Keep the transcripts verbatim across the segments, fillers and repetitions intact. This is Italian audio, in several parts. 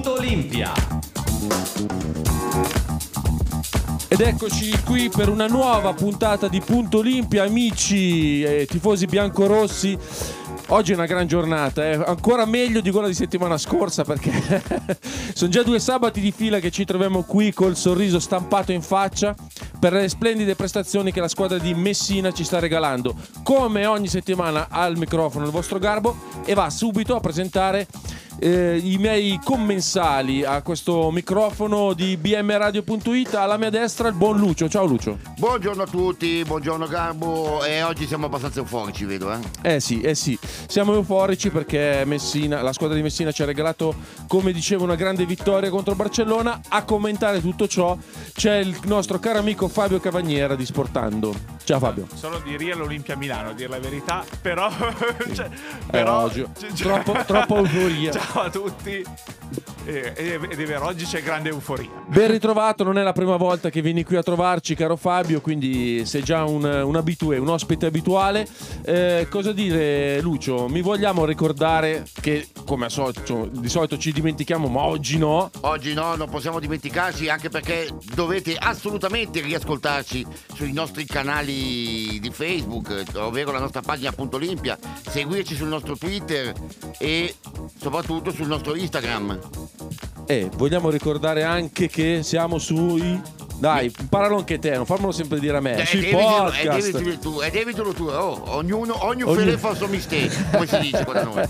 Punto Olimpia. Ed eccoci qui per una nuova puntata di Punto Olimpia, amici e tifosi biancorossi. Oggi è una gran giornata, è eh? ancora meglio di quella di settimana scorsa, perché sono già due sabati di fila che ci troviamo qui col sorriso stampato in faccia per le splendide prestazioni che la squadra di Messina ci sta regalando. Come ogni settimana al microfono il vostro Garbo, e va subito a presentare eh, i miei commensali a questo microfono di B M radio punto it. Alla mia destra il buon Lucio. Ciao Lucio. Buongiorno a tutti, buongiorno Garbo. E oggi siamo abbastanza euforici, vedo, eh? Eh sì, eh sì, siamo euforici perché Messina, la squadra di Messina ci ha regalato, come dicevo, una grande vittoria contro Barcellona. A commentare tutto ciò c'è il nostro caro amico Fabio Cavagniera di Sportando. Ciao Fabio. Sono di Real Olimpia Milano, a dire la verità, però cioè, eh, però oggi, cioè, troppo, troppo euforia. Ciao a tutti. Ed è vero, oggi c'è grande euforia. Ben ritrovato, non è la prima volta che vieni qui a trovarci, caro Fabio, quindi sei già un, un abitué, un ospite abituale. Eh, cosa dire, Lucio? Mi vogliamo ricordare che, come al solito, di solito ci dimentichiamo, ma oggi no. Oggi no, non possiamo dimenticarci, anche perché dovete assolutamente riascoltarci sui nostri canali di Facebook, ovvero la nostra pagina Punto Olimpia, seguirci sul nostro Twitter e soprattutto sul nostro Instagram. E vogliamo ricordare anche che siamo sui... Dai, imparalo anche te, non farmelo sempre dire a me. Eh, sui devi podcast. dirlo, eh, tu, eh, devi dirlo tu. Oh, ognuno, ogni fede fa il suo mistero, come si dice qua da noi.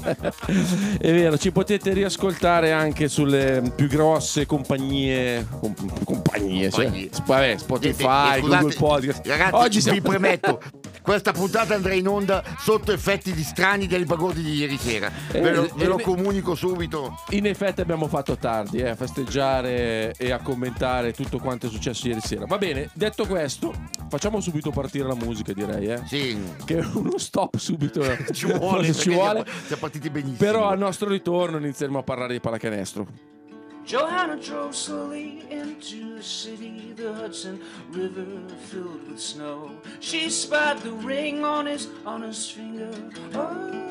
È vero, ci potete riascoltare anche sulle più grosse compagnie, com- compagnie, compagnie. Cioè, vabbè, Spotify, eh, eh, scusate, Google Podcast. Ragazzi, oggi vi siamo... premetto, questa puntata andrà in onda sotto effetti di strani dei bagordi di ieri sera. Eh, ve lo, eh, ve lo eh, comunico subito. In effetti abbiamo fatto tardi eh, a festeggiare e a commentare tutto quanto è successo ieri sera. Va bene, detto questo, facciamo subito partire la musica, direi, eh? Sì. Che uno stop subito ci vuole, ci vuole. Siamo partiti benissimo. Però al nostro ritorno inizieremo a parlare di pallacanestro. Johanna drove slowly into the city, the Hudson River filled with snow. She spied the ring on his, on his finger. Oh.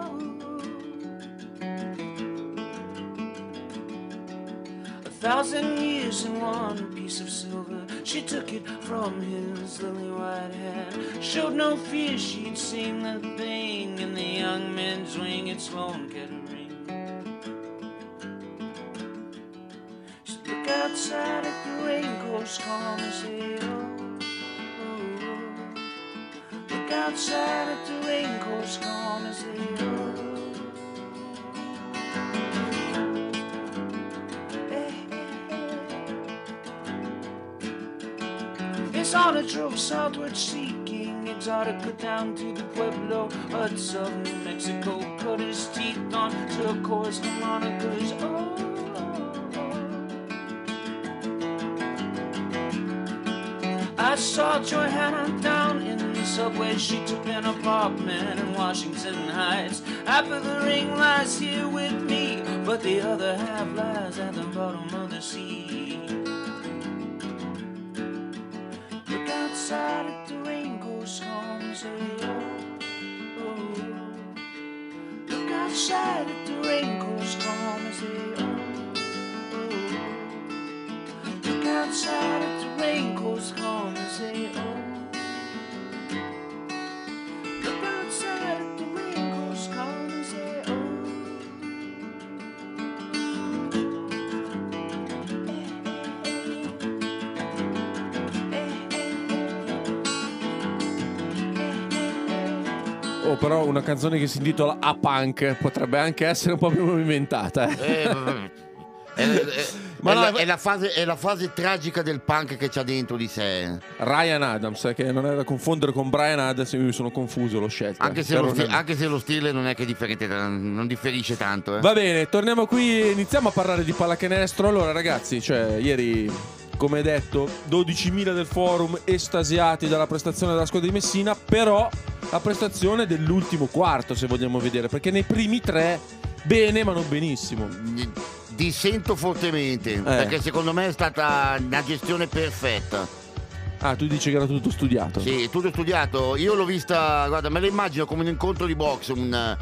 A thousand years in one piece of silver. She took it from his lily white hand. Showed no fear, she'd seen the thing in the young man's wing. It's Sloan Kettering. Look outside at the rain course calm and say, oh, oh, oh. Look outside at the rain course calm and say, oh. Hey, hey, hey. His honor drove southward seeking Exotica down to the Pueblo huts of New Mexico. Cut his teeth on turquoise harmonicas, oh. I saw Johanna down in the subway. She took an apartment in Washington Heights. Half of the ring lies here with me, but the other half lies at the bottom of the sea. Look outside at the rain goes calm and say, oh, oh. Look outside at the rain goes calm and say, oh, oh. Look outside at the rain goes calm and say, oh. Look outside at the rain goes calm and say, oh. Oh, però una canzone che si intitola A Punk potrebbe anche essere un po' più movimentata. Eh. Eh, È, è, Ma è, no, la, ma... è, la fase, è la fase tragica del punk che c'ha dentro di sé. Ryan Adams, che non è da confondere con Brian Adams, io mi sono confuso, l'ho scelto. Anche se, lo stile, anche se lo stile non è che differente, non differisce tanto. Eh. Va bene, torniamo qui, iniziamo a parlare di pallacanestro. Allora ragazzi, cioè ieri, come detto, dodicimila del forum estasiati dalla prestazione della squadra di Messina, però la prestazione dell'ultimo quarto, se vogliamo vedere, perché nei primi tre bene ma non benissimo. Dissento fortemente, eh. perché secondo me è stata una gestione perfetta. Ah, tu dici che era tutto studiato? Sì, tutto studiato. Io l'ho vista, guarda, me lo immagino come un incontro di box, un,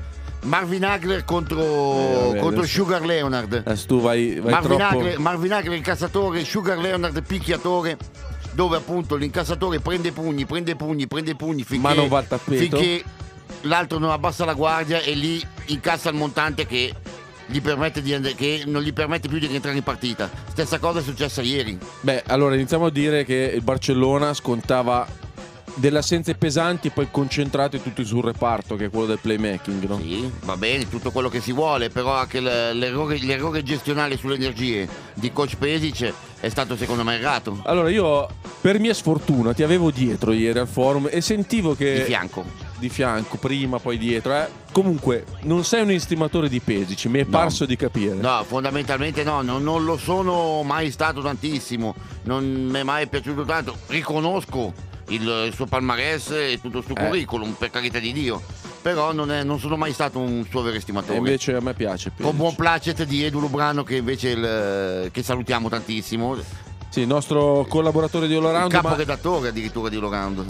Marvin Hagler contro, Eh, vabbè, contro adesso- Sugar Leonard. Adesso tu vai, vai Marvin troppo. Hagler, Marvin Hagler incassatore, Sugar Leonard picchiatore, dove appunto l'incassatore prende pugni, prende pugni, prende pugni finché, Ma non va al tappeto. finché l'altro non abbassa la guardia e lì incassa il montante che, gli permette di and- che non gli permette più di rientrare in partita. Stessa cosa è successa ieri. Beh, allora iniziamo a dire che il Barcellona scontava delle assenze pesanti, poi concentrate tutti sul reparto, che è quello del playmaking, no? Sì, va bene, tutto quello che si vuole, però anche l- l'errore, l'errore gestionale sulle energie di coach Pesic è stato secondo me errato. Allora io, per mia sfortuna, ti avevo dietro ieri al forum e sentivo che... Di fianco. Di fianco, prima, poi dietro. Eh. Comunque, non sei un estimatore di Pesic, mi è No. parso di capire. No, fondamentalmente no, non, non lo sono mai stato tantissimo, non mi è mai piaciuto tanto. Riconosco il, il suo palmarès e tutto il suo Eh. curriculum, per carità di Dio, però non, è- non sono mai stato un suo vero E estimatore. invece a me piace Pesic. Con buon placet di Edu Lubrano, che invece il- che salutiamo tantissimo, il Sì, il nostro collaboratore di All Around, capo ma redattore addirittura di All Around.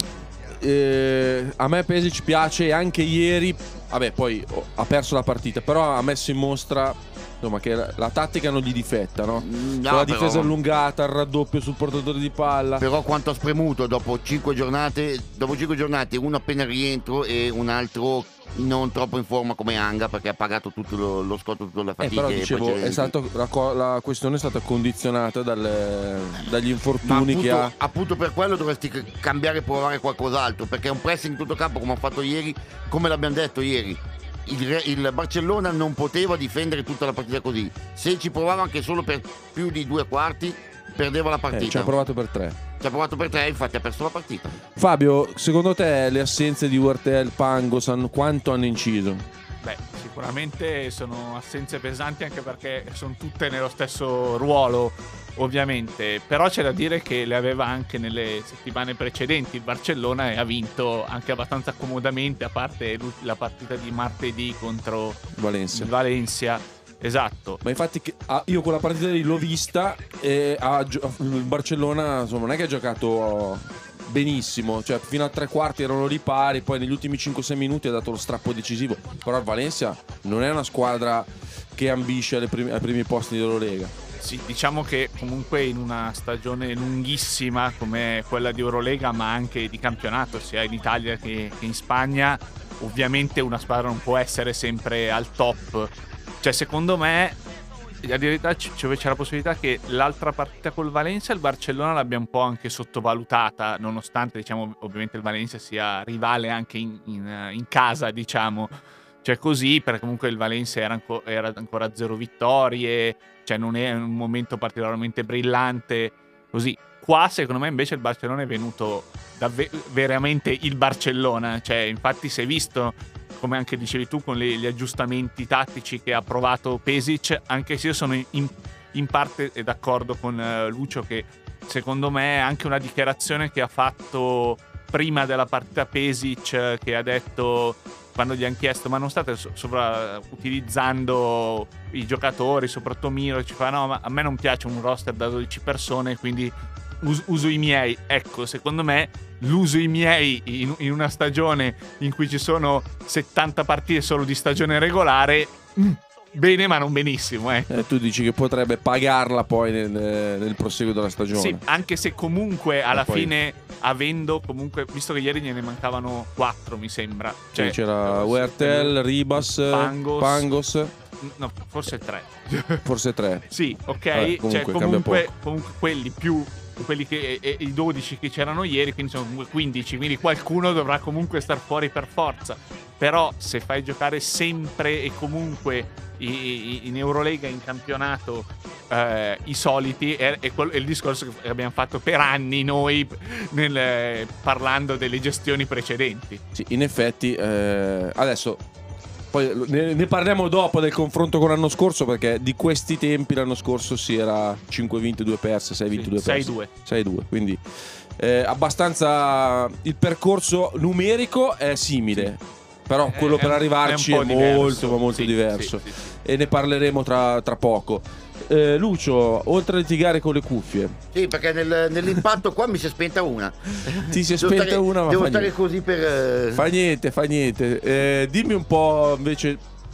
eh, a me Pesic piace, e anche ieri, vabbè, poi oh, ha perso la partita, però ha messo in mostra insomma che la, la tattica non gli difetta, no? Mm, no, Con la però- difesa allungata, il raddoppio sul portatore di palla. Però quanto ha spremuto dopo cinque giornate, dopo cinque giornate, uno appena rientro e un altro non troppo in forma come Anga, perché ha pagato tutto lo, lo scotto, tutta la Eh, fatica. però dicevo, è stato, la, co- la questione è stata condizionata dalle- dagli Ma infortuni appunto, che ha. appunto per quello dovresti c- cambiare e provare qualcos'altro, perché un pressing in tutto campo come ho fatto ieri, come l'abbiamo detto ieri, il, Re- il Barcellona non poteva difendere tutta la partita così. Se ci provava anche solo per più di due quarti, perdeva la Eh, partita. ci ha provato per tre. Ci ha provato per tre, infatti ha perso la partita. Fabio, secondo te le assenze di Huertel, Pangos hanno, quanto hanno inciso? Beh, sicuramente sono assenze pesanti, anche perché sono tutte nello stesso ruolo, ovviamente. Però c'è da dire che le aveva anche nelle settimane precedenti il Barcellona, e ha vinto anche abbastanza comodamente, a parte l'ult- la partita di martedì contro Valencia. il Valencia. Esatto. Ma infatti che- ah, io quella partita lì l'ho vista e ha gio- il Barcellona insomma non è che ha giocato benissimo, cioè fino a tre quarti erano lì pari, poi negli ultimi cinque sei minuti ha dato lo strappo decisivo. Però il Valencia non è una squadra che ambisce alle primi- ai primi posti dell'Eurolega. Sì, diciamo che comunque in una stagione lunghissima come quella di Eurolega, ma anche di campionato, sia in Italia che, che in Spagna, ovviamente una squadra non può essere sempre al top. Cioè, secondo me, a dire la verità, c- cioè, c'è la possibilità che l'altra partita col Valencia il Barcellona l'abbia un po' anche sottovalutata, nonostante, diciamo, ovviamente il Valencia sia rivale anche in, in- in casa, diciamo. Cioè così, perché comunque il Valencia era, anco- era ancora a zero vittorie, cioè non è un momento particolarmente brillante, così. Qua secondo me invece il Barcellona è venuto davvero veramente il Barcellona, cioè infatti si è visto, come anche dicevi tu, con le- gli aggiustamenti tattici che ha provato Pesic, anche se io sono in, in parte d'accordo con eh, Lucio, che secondo me è anche una dichiarazione che ha fatto prima della partita Pesic, che ha detto, quando gli hanno chiesto ma non state so- sovra utilizzando i giocatori, soprattutto Miro, ci fa no, ma a me non piace un roster da dodici persone, quindi us- uso i miei. Ecco, secondo me l'uso i miei in, in una stagione in cui ci sono settanta partite solo di stagione regolare, mm, bene ma non benissimo, eh. Eh, tu dici che potrebbe pagarla poi nel, nel proseguo della stagione. Sì, anche se comunque alla poi- fine, avendo comunque, visto che ieri gliene mancavano quattro, mi sembra. Cioè, c'era eh, Huertel, Ribas, Pangos. Pangos, No, forse tre. forse tre. Sì, ok. Vabbè, comunque, cioè, cambia comunque, poco. comunque quelli più quelli che e, e i dodici che c'erano ieri, quindi sono comunque quindici, quindi qualcuno dovrà comunque star fuori per forza. Però se fai giocare sempre e comunque i- i- in Eurolega, in campionato, eh, i soliti, è, è, quel- è il discorso che abbiamo fatto per anni noi nel, eh, parlando delle gestioni precedenti. Sì, in effetti, eh, adesso poi ne, ne parliamo dopo del confronto con l'anno scorso, perché di questi tempi l'anno scorso si era cinque vinte, due perse, sei vinte, due perse. sei due. sei due, quindi eh, abbastanza il percorso numerico è simile, però È- quello è per un- arrivarci è è, un po' diverso. molto ma molto Sì, diverso, sì, sì, sì. e ne parleremo tra, tra poco. Eh, Lucio, oltre a litigare con le cuffie, Sì, perché nel- nell'impatto qua mi si è spenta una. ti si è Devo spenta stare- una, ma devo fa stare niente. così per. eh, Fa niente, fa niente. Eh, dimmi un po' invece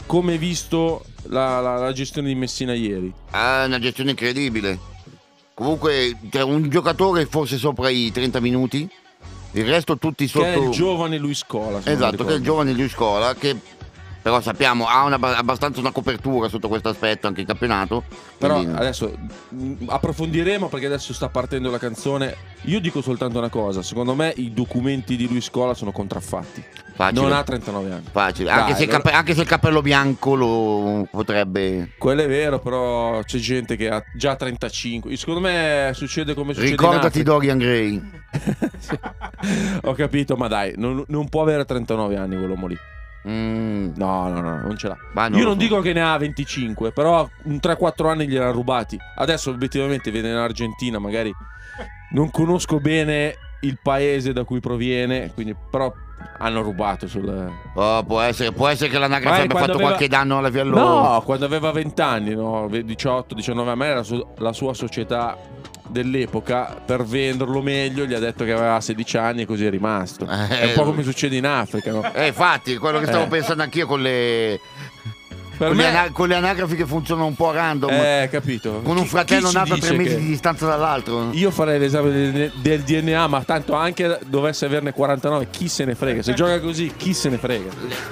come hai visto la, la, la gestione di Messina ieri? Ah, una gestione incredibile. Comunque c'è un giocatore forse sopra i trenta minuti, il resto tutti sotto. Che è il giovane Luis Scola. Esatto, che è il giovane Luis Scola, che però sappiamo ha una, abbastanza una copertura sotto questo aspetto anche in campionato. Però quindi... adesso mh, approfondiremo, perché adesso sta partendo la canzone. Io dico soltanto una cosa: secondo me i documenti di Luis Scola sono contraffatti. Facile. Non ha trentanove anni. Facile. Dai, Anche, se il allora... cappe- anche se il cappello bianco lo potrebbe. Quello è vero, però c'è gente che ha già trentacinque. Secondo me succede come succede Ricordati in Dorian Gray. Sì. Ho capito, ma dai, non, non può avere trentanove anni quell'uomo lì. Mm. No, no, no, non ce l'ha. Ma non Io lo non so. dico che ne ha venticinque, però un tre quattro anni glieli ha rubati. Adesso obiettivamente viene in Argentina, magari non conosco bene il paese da cui proviene, quindi però hanno rubato sul... Oh, può essere, può essere che l'anagrafe Magari abbia quando fatto aveva- qualche danno alla via loro. No, quando aveva venti anni, no, diciotto diciannove, a me era su- la sua società dell'epoca, per venderlo meglio gli ha detto che aveva sedici anni e così è rimasto. È un po' come succede in Africa, no? Eh, infatti, quello che stavo Eh. pensando anch'io con le. Per Con, me- le ana- con le anagrafi che funzionano un po' random. Eh, capito. Con un Chi- fratello chi ci nato a dice tre mesi che- di distanza dall'altro. Io farei l'esame del, del D N A, ma tanto anche dovesse averne quarantanove, chi se ne frega? Se gioca così, chi se ne frega?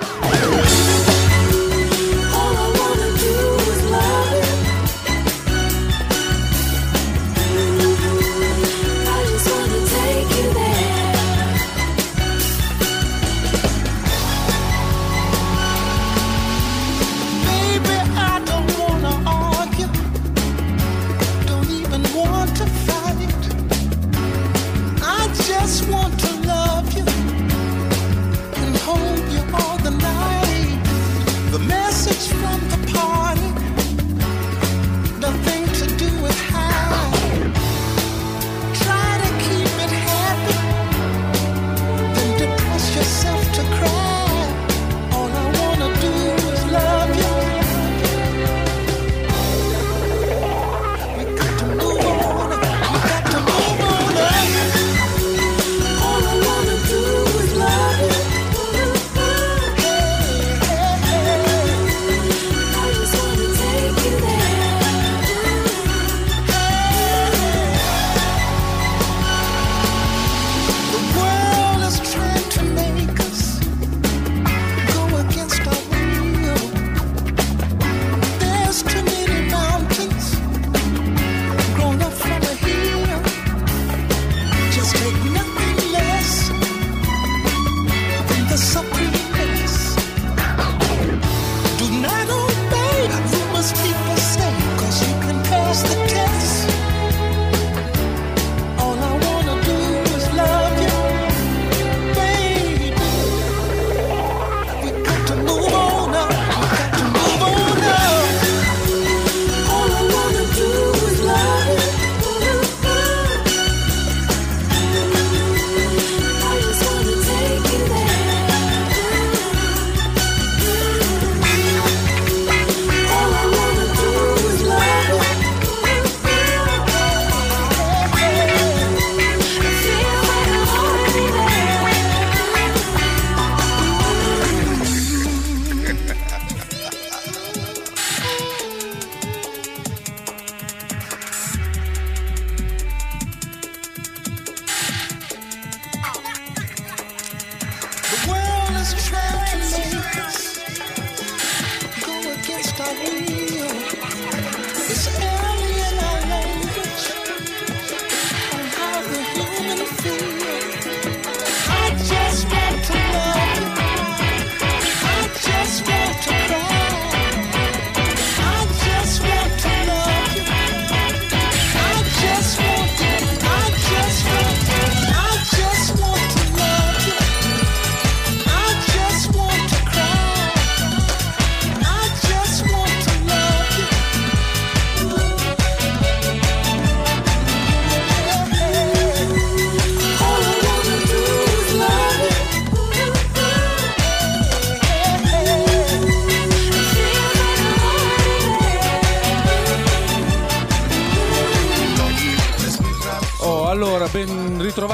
All I wanna do is love you. I just wanna take you there. Baby, I don't wanna argue, don't even want to fight. I just want to love you and hold you all the night. The message from the party, nothing to do with how. Try to keep it happy, then depress yourself to cry. All I wanna do is love you. We got to move on, we got to move on. All I wanna do is love you. Hey, hey, hey.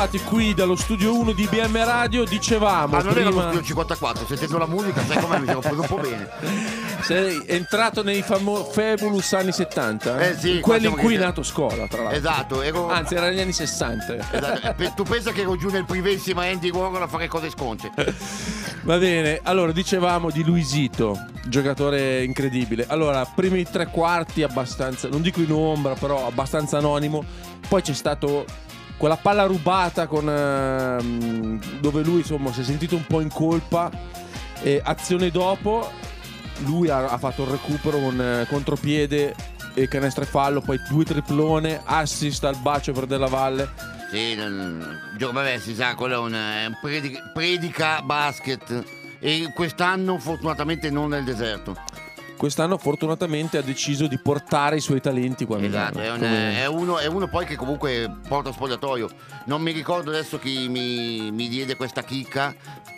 tornati qui dallo studio uno di B M Radio. Dicevamo Ma non prima... era lo studio cinquantaquattro, sentendo la musica, sai com'è, mi sono preso un po' bene. Sei entrato nei famo- Fabulous anni settanta? Eh sì, quelli in qua cui è siamo che- nato scuola, tra l'altro. Esatto, ero... Anzi, era negli anni sessanta. esatto. Pe- Tu pensa che ero giù nel privé insieme a Andy Warhol a fare cose sconce. Va bene, allora dicevamo di Luisito, giocatore incredibile. Allora, primi tre quarti abbastanza, non dico in ombra, però abbastanza anonimo. Poi c'è stato quella palla rubata con ehm, dove lui insomma si è sentito un po' in colpa. E azione dopo, lui ha, ha fatto il recupero con eh, contropiede e canestro e fallo, poi due triplone, assist al bacio per Della Valle. Sì, non- gio- vabbè, si sa, quello è un, è un predica, predica basket. E quest'anno fortunatamente non nel deserto. Quest'anno fortunatamente ha deciso di portare i suoi talenti qua a Esatto, Milano. è, un- Come- è uno, è uno poi che comunque porta spogliatoio. Non mi ricordo adesso chi mi, mi diede questa chicca,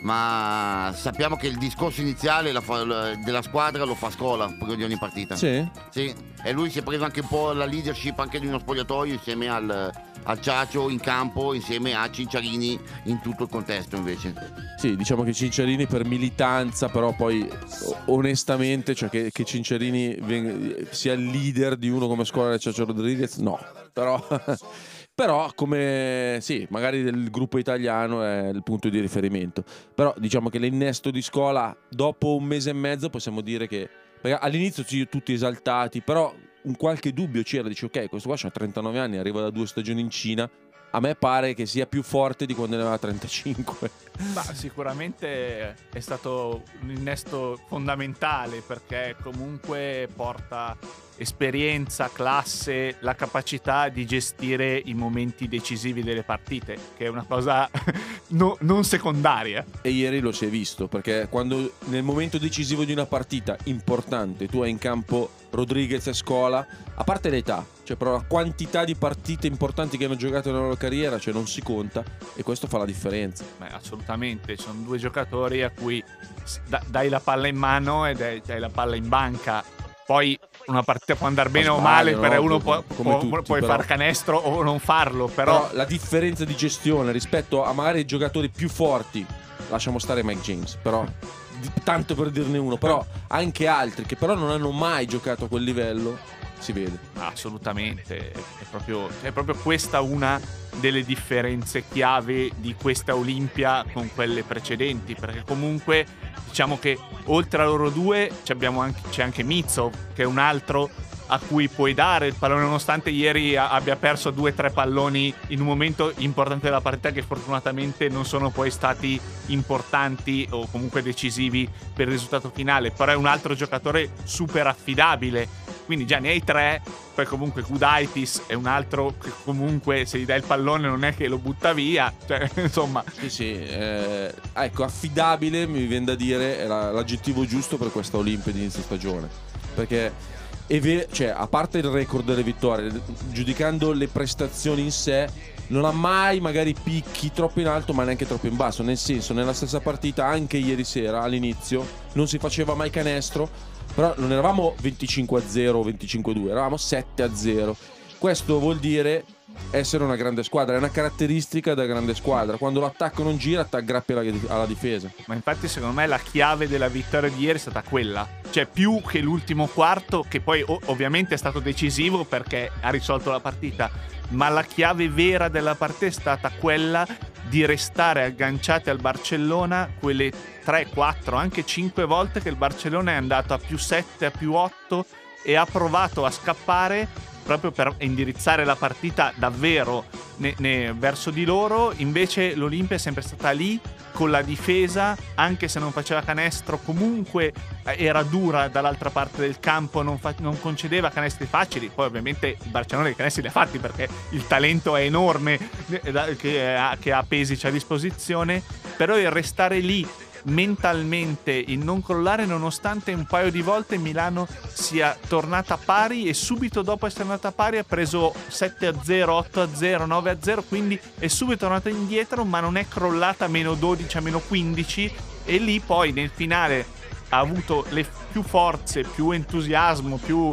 ma sappiamo che il discorso iniziale la fa- della squadra lo fa Scola prima di ogni partita. Sì? Sì, e lui si è preso anche un po' la leadership anche di uno spogliatoio insieme al, al Ciaccio in campo, insieme a Cinciarini in tutto il contesto invece. Sì, diciamo che Cinciarini per militanza, però poi o- onestamente, cioè che, che Cinciarini veng- sia il leader di uno come Scuola del Ciaccio Rodriguez, no. Però, però come sì, magari del gruppo italiano è il punto di riferimento. Però diciamo che l'innesto di Scuola dopo un mese e mezzo possiamo dire che, perché all'inizio sì, tutti esaltati, però un qualche dubbio c'era, dici ok, questo qua c'ha trentanove anni, arriva da due stagioni in Cina. A me pare che sia più forte di quando ne aveva trentacinque. Ma sicuramente è stato un innesto fondamentale, perché comunque porta esperienza, classe, la capacità di gestire i momenti decisivi delle partite, che è una cosa no- non secondaria. E ieri lo si è visto, perché quando nel momento decisivo di una partita importante tu hai in campo Rodriguez e Scola, a parte l'età, cioè però la quantità di partite importanti che hanno giocato nella loro carriera, cioè non si conta, e questo fa la differenza. Beh, assolutamente, sono due giocatori a cui s- da- dai la palla in mano e dai, dai la palla in banca. Poi una partita può andare bene o male, sbagliano, perché no? uno può, Come può- tutti, puoi però. far canestro o non farlo, però, Però la differenza di gestione rispetto a magari i giocatori più forti, lasciamo stare Mike James, però di- tanto per dirne uno, però anche altri che però non hanno mai giocato a quel livello, si vede. assolutamente, è proprio, è proprio questa una delle differenze chiave di questa Olimpia con quelle precedenti, perché comunque diciamo che oltre a loro due ci abbiamo anche, c'è anche Mizzo, che è un altro a cui puoi dare il pallone, nonostante ieri a- abbia perso due o tre palloni in un momento importante della partita che fortunatamente non sono poi stati importanti o comunque decisivi per il risultato finale, però è un altro giocatore super affidabile, quindi già ne hai tre. Poi comunque Gudaitis è un altro che comunque se gli dai il pallone non è che lo butta via, cioè insomma. Sì, sì, eh, ecco, affidabile mi viene da dire è la- l'aggettivo giusto per questa Olimpia di inizio stagione, perché è ver- cioè, a parte il record delle vittorie, giudicando le prestazioni in sé, non ha mai magari picchi troppo in alto ma neanche troppo in basso, nel senso nella stessa partita anche ieri sera all'inizio non si faceva mai canestro, però non eravamo venticinque a zero o venticinque a due, eravamo sette a zero. Questo vuol dire essere una grande squadra, è una caratteristica da grande squadra. Quando l'attacco non gira, ti aggrappi alla, alla difesa. Ma infatti secondo me la chiave della vittoria di ieri è stata quella, cioè più che l'ultimo quarto, che poi o- ovviamente è stato decisivo perché ha risolto la partita, ma la chiave vera della partita è stata quella di restare agganciati al Barcellona quelle tre, quattro, anche cinque volte che il Barcellona è andato a più sette, a più otto e ha provato a scappare proprio per indirizzare la partita davvero ne- ne- verso di loro. Invece l'Olimpia è sempre stata lì con la difesa, anche se non faceva canestro, comunque era dura dall'altra parte del campo, non, fa- non concedeva canestri facili. Poi ovviamente il Barcellona i canestri li ha fatti perché il talento è enorme eh, da- che, ha, che ha Pesic a disposizione, però il restare lì mentalmente, il non crollare, nonostante un paio di volte Milano sia tornata pari e subito dopo essere andata pari ha preso sette a zero, otto a zero, nove a zero, quindi è subito tornata indietro, ma non è crollata a meno dodici, a meno quindici, e lì poi nel finale ha avuto le più forze, più entusiasmo, più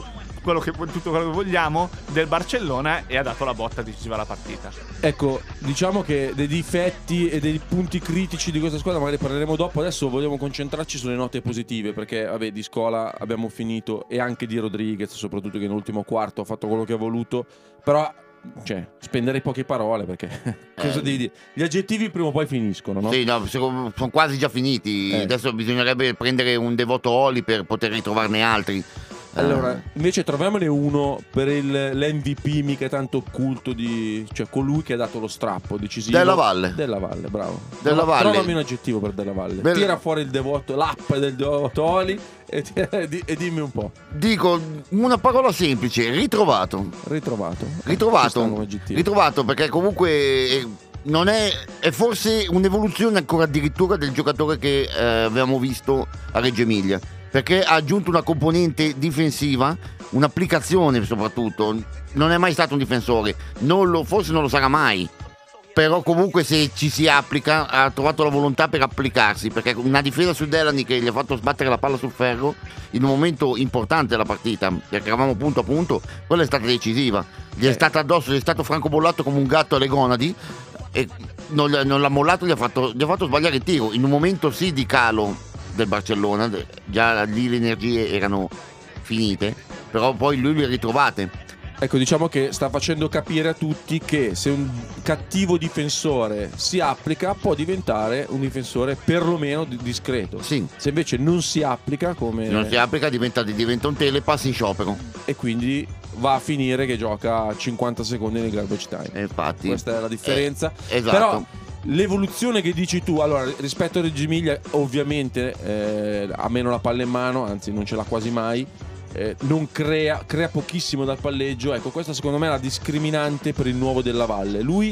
quello che, tutto quello che vogliamo del Barcellona e ha dato la botta decisiva alla partita. Ecco, diciamo che dei difetti e dei punti critici di questa squadra magari parleremo dopo. Adesso vogliamo concentrarci sulle note positive, perché vabbè, di Scola abbiamo finito, e anche di Rodriguez, soprattutto, che nell'ultimo quarto ha fatto quello che ha voluto. Però, cioè, spenderei poche parole, perché cosa Eh. devi dire? Gli aggettivi prima o poi finiscono, no? Sì, no, sono sono quasi già finiti. Eh. Adesso bisognerebbe prendere un Devoto Oli per poter ritrovarne altri. Allora, Eh, invece troviamone uno per il, l'M V P mica tanto occulto di, cioè colui che ha dato lo strappo decisivo. Della Valle. Della Valle, bravo. Della Trova- Valle. Trovami un aggettivo per Della Valle. Bella- Tira fuori il devoto, l'app del Devoto Oli e, ti- e di- e dimmi un po'. dico una parola semplice: ritrovato. Ritrovato. Ci sta Ritrovato. come aggettivo. Ritrovato, perché comunque eh, non è, è forse un'evoluzione ancora addirittura del giocatore che eh, avevamo visto a Reggio Emilia, perché ha aggiunto una componente difensiva, un'applicazione soprattutto. Non è mai stato un difensore, non lo, forse non lo sarà mai, però comunque se ci si applica ha trovato la volontà per applicarsi, perché una difesa su Delany che gli ha fatto sbattere la palla sul ferro in un momento importante della partita, perché eravamo punto a punto, quella è stata decisiva. Gli è stata addosso, gli è stato francobollato come un gatto alle gonadi e non, non l'ha mollato, gli ha, fatto, gli ha fatto sbagliare il tiro in un momento sì di calo del Barcellona, già lì le energie erano finite, però poi lui le ha ritrovate. Ecco, diciamo che sta facendo capire a tutti che se un cattivo difensore si applica può diventare un difensore perlomeno di- discreto. Sì. Se invece non si applica, come Se non si applica diventa, diventa un telepass in sciopero. e quindi va a finire che gioca cinquanta secondi nel garbage time. E infatti Questa è la differenza. Eh, esatto. Però l'evoluzione che dici tu, allora, rispetto a Reggio Emilia, ovviamente eh, ha meno la palla in mano, anzi non ce l'ha quasi mai. Eh, non crea, crea pochissimo dal palleggio. Ecco, questa secondo me è la discriminante per il nuovo Della Valle. Lui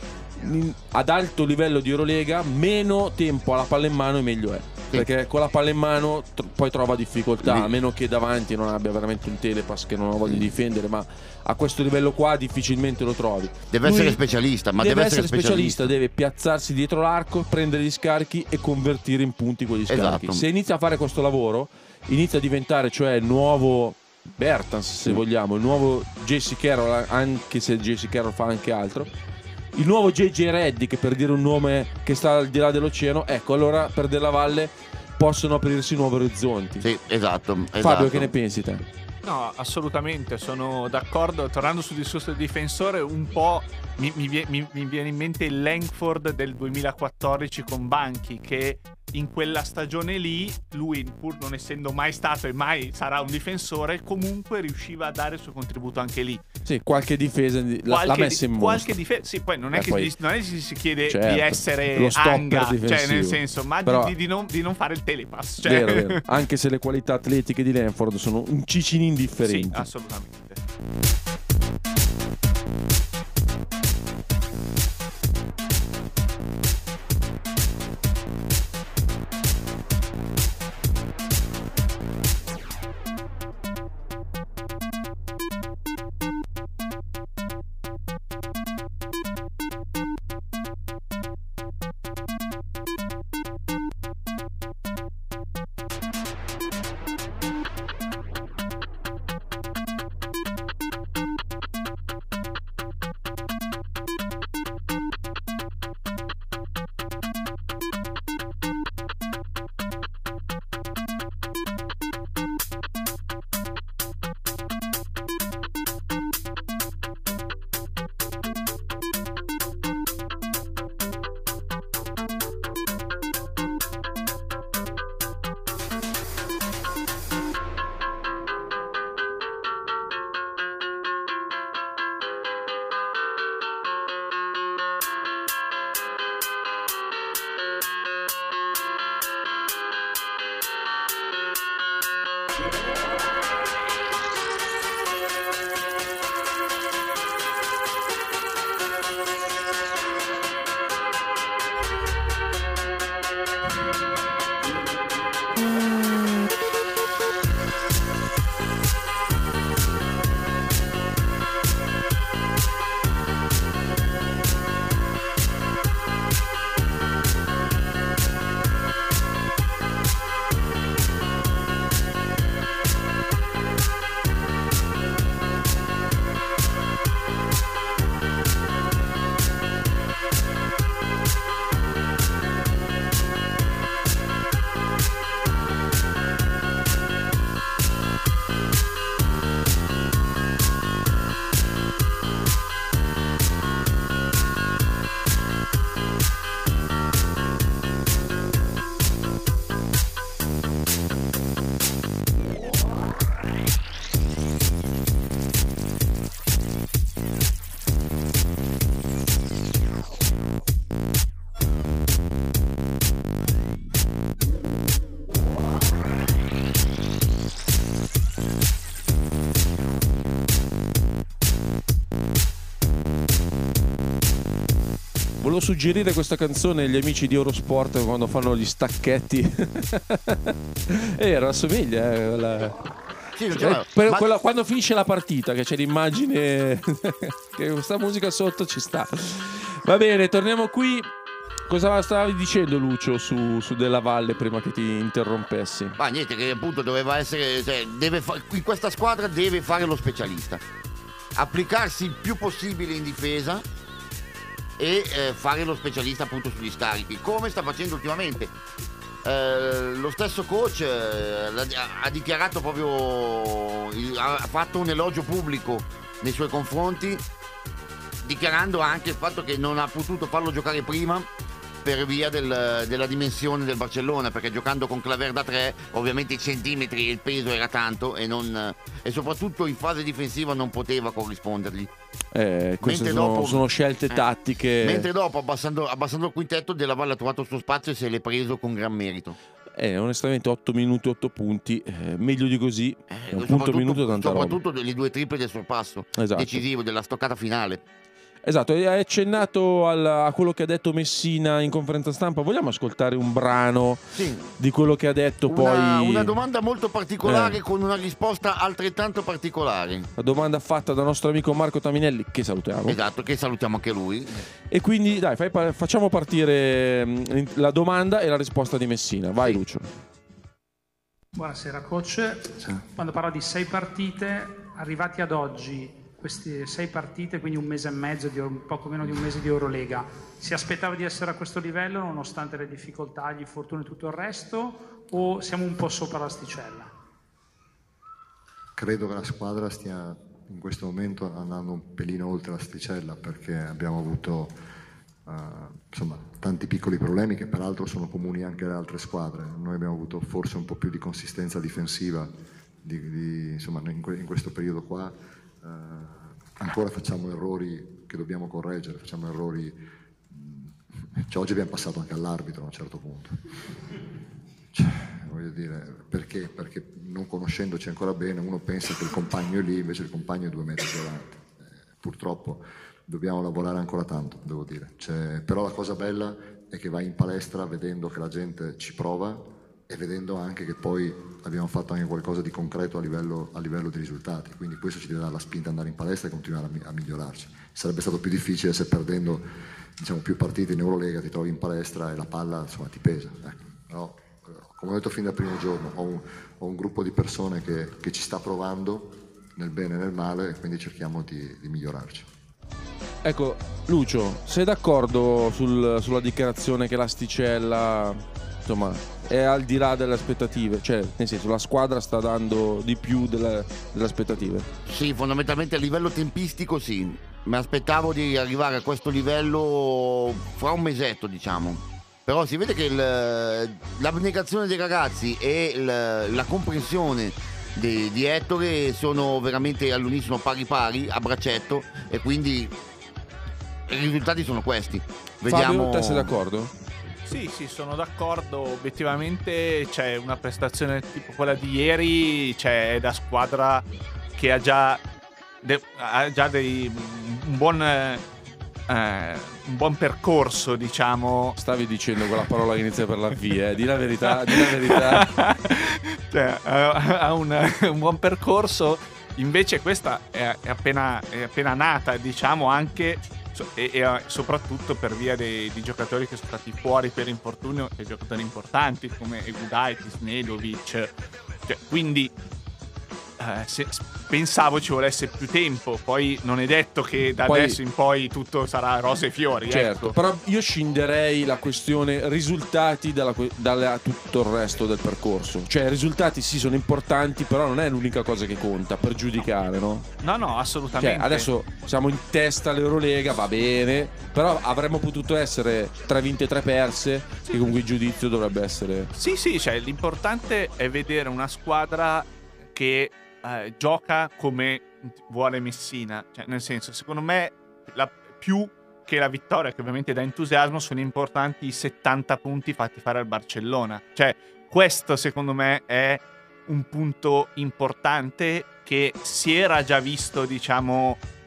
in- ad alto livello di Eurolega, meno tempo alla palla in mano e meglio è. Perché con la palla in mano tr- poi trova difficoltà, Lì. a meno che davanti non abbia veramente un telepass che non ha voglia di difendere, ma a questo livello qua difficilmente lo trovi. deve Lui essere specialista, ma deve, deve, essere specialista, deve piazzarsi dietro l'arco, prendere gli scarichi e convertire in punti quegli scarichi. Esatto. Se inizia a fare questo lavoro, inizia a diventare, cioè, il nuovo Bertans, se vogliamo, il nuovo J C Carroll, anche se J C Carroll fa anche altro, il nuovo J J Reddy, che per dire un nome che sta al di là dell'oceano. Ecco, allora per Della Valle possono aprirsi nuovi orizzonti. Sì, esatto, esatto. Fabio, che ne pensi te? No, assolutamente, sono d'accordo. Tornando sul discorso del difensore, un po' mi, mi vie- mi- mi viene in mente il Langford del duemilaquattordici con Banchi, che in quella stagione lì, lui, pur non essendo mai stato e mai sarà un difensore, comunque riusciva a dare il suo contributo anche lì. Sì, qualche difesa di- l'ha, Qualche l'ha di- messa in mostra. qualche difesa, sì, poi non è Eh, che poi- si- non è che si chiede Certo, di essere lo stopper Anga, cioè difensivo. nel senso, ma di- Però- di, di non, di non fare il telepass, cioè. Vero, vero. Anche se le qualità atletiche di Lanford sono un cicino indifferenti. Sì, assolutamente. suggerire questa canzone agli amici di Eurosport quando fanno gli stacchetti. E rassomiglia, eh, la... Sì, non Eh, c'è- per ma- quella- quando finisce la partita, che c'è l'immagine che questa musica sotto ci sta. Va bene, torniamo qui. Cosa stavi dicendo, Lucio, su, su Della Valle prima che ti interrompessi? Ma niente, che appunto doveva essere, cioè, deve fa- in questa squadra deve fare lo specialista, applicarsi il più possibile in difesa e eh, fare lo specialista appunto sugli scarichi, come sta facendo ultimamente. Eh, lo stesso coach eh, l'ha- ha dichiarato proprio, il- ha fatto un elogio pubblico nei suoi confronti, dichiarando anche il fatto che non ha potuto farlo giocare prima per via del- della dimensione del Barcellona, perché giocando con Claver da tre ovviamente i centimetri e il peso era tanto e, non, e soprattutto in fase difensiva non poteva corrispondergli. Eh, queste Mentre sono, dopo- sono scelte eh, tattiche. Mentre dopo, abbassando, abbassando il quintetto, Della Valle ha trovato il suo spazio e se l'è preso con gran merito. Eh, onestamente otto minuti, otto punti, eh, meglio di così. Eh, È un punto soprattutto- minuto tanta roba. soprattutto le due triple del sorpasso Esatto. decisivo della stoccata finale. Esatto, e hai accennato al- a quello che ha detto Messina in conferenza stampa. Vogliamo ascoltare un brano Sì. di quello che ha detto Una, poi? una domanda molto particolare Eh. con una risposta altrettanto particolare. La domanda fatta dal nostro amico Marco Taminelli, che salutiamo. Esatto, che salutiamo anche lui. E quindi dai, fai pa- facciamo partire mm, la domanda e la risposta di Messina. Vai, Lucio. Buonasera coach, quando parlo di sei partite, arrivati ad oggi, queste sei partite, quindi un mese e mezzo, di, un poco meno di un mese di Eurolega, si aspettava di essere a questo livello nonostante le difficoltà, gli infortuni e tutto il resto, o siamo un po' sopra l'asticella? Credo che la squadra stia in questo momento andando un pelino oltre l'asticella, perché abbiamo avuto eh, insomma, tanti piccoli problemi che peraltro sono comuni anche alle altre squadre. Noi abbiamo avuto forse un po' più di consistenza difensiva di, di, insomma, in, que- in questo periodo qua. Eh, ancora facciamo errori che dobbiamo correggere, facciamo errori. Cioè, oggi abbiamo passato anche all'arbitro a un certo punto. Cioè, voglio dire, perché? Perché non conoscendoci ancora bene uno pensa che il compagno è lì, invece il compagno è due metri davanti. Eh, purtroppo dobbiamo lavorare ancora tanto, devo dire. Cioè, però la cosa bella è che vai in palestra vedendo che la gente ci prova e vedendo anche che poi abbiamo fatto anche qualcosa di concreto a livello, a livello di risultati, quindi questo ci deve dare la spinta ad andare in palestra e continuare a, mi- a migliorarci. Sarebbe stato più difficile se perdendo, diciamo, più partite in Eurolega ti trovi in palestra e la palla, insomma, ti pesa. Ecco. Però, eh, come ho detto fin dal primo giorno, ho un, ho un gruppo di persone che, che ci sta provando nel bene e nel male e quindi cerchiamo di, di migliorarci. Ecco, Lucio, sei d'accordo sul- sulla dichiarazione che l'asticella, insomma, è al di là delle aspettative? Cioè, nel senso, la squadra sta dando di più delle, delle aspettative? Sì, fondamentalmente a livello tempistico sì. Mi aspettavo di arrivare a questo livello fra un mesetto, diciamo. Però si vede che il- l'abnegazione dei ragazzi e il- la comprensione di, di Ettore sono veramente all'unisono pari pari, a braccetto, e quindi i risultati sono questi. Vediamo. Fabio, te sei d'accordo? Sì, sì, sono d'accordo. Obiettivamente c'è una prestazione tipo quella di ieri, c'è da squadra che ha già, de- ha già dei, un buon eh, un buon percorso, diciamo. Stavi dicendo quella parola che inizia per la V, eh? Di la verità, di la verità. Cioè, ha ha un, un buon percorso. Invece questa è, è, appena, è appena nata, diciamo, anche so- e, e soprattutto per via dei, di giocatori che sono stati fuori per infortunio, e giocatori importanti come Egudaitis, Nedovic. Cioè, quindi eh, se- pensavo ci volesse più tempo. Poi non è detto che da Poi- adesso in poi tutto sarà rose e fiori. Certo, ecco. però io scinderei la questione risultati dalla, que- da tutto il resto del percorso. Cioè, i risultati sì sono importanti, però non è l'unica cosa che conta per giudicare, no? No, no, assolutamente. Cioè, adesso siamo in testa all'Eurolega, va bene, però avremmo potuto essere tre vinte e tre perse, che comunque il giudizio dovrebbe essere... Sì, sì, cioè l'importante è vedere una squadra che eh, gioca come vuole Messina. Cioè, nel senso, secondo me, la, più che la vittoria, che ovviamente dà entusiasmo, sono importanti i settanta punti fatti fare al Barcellona. Cioè, questo secondo me è un punto importante che si era già visto, diciamo,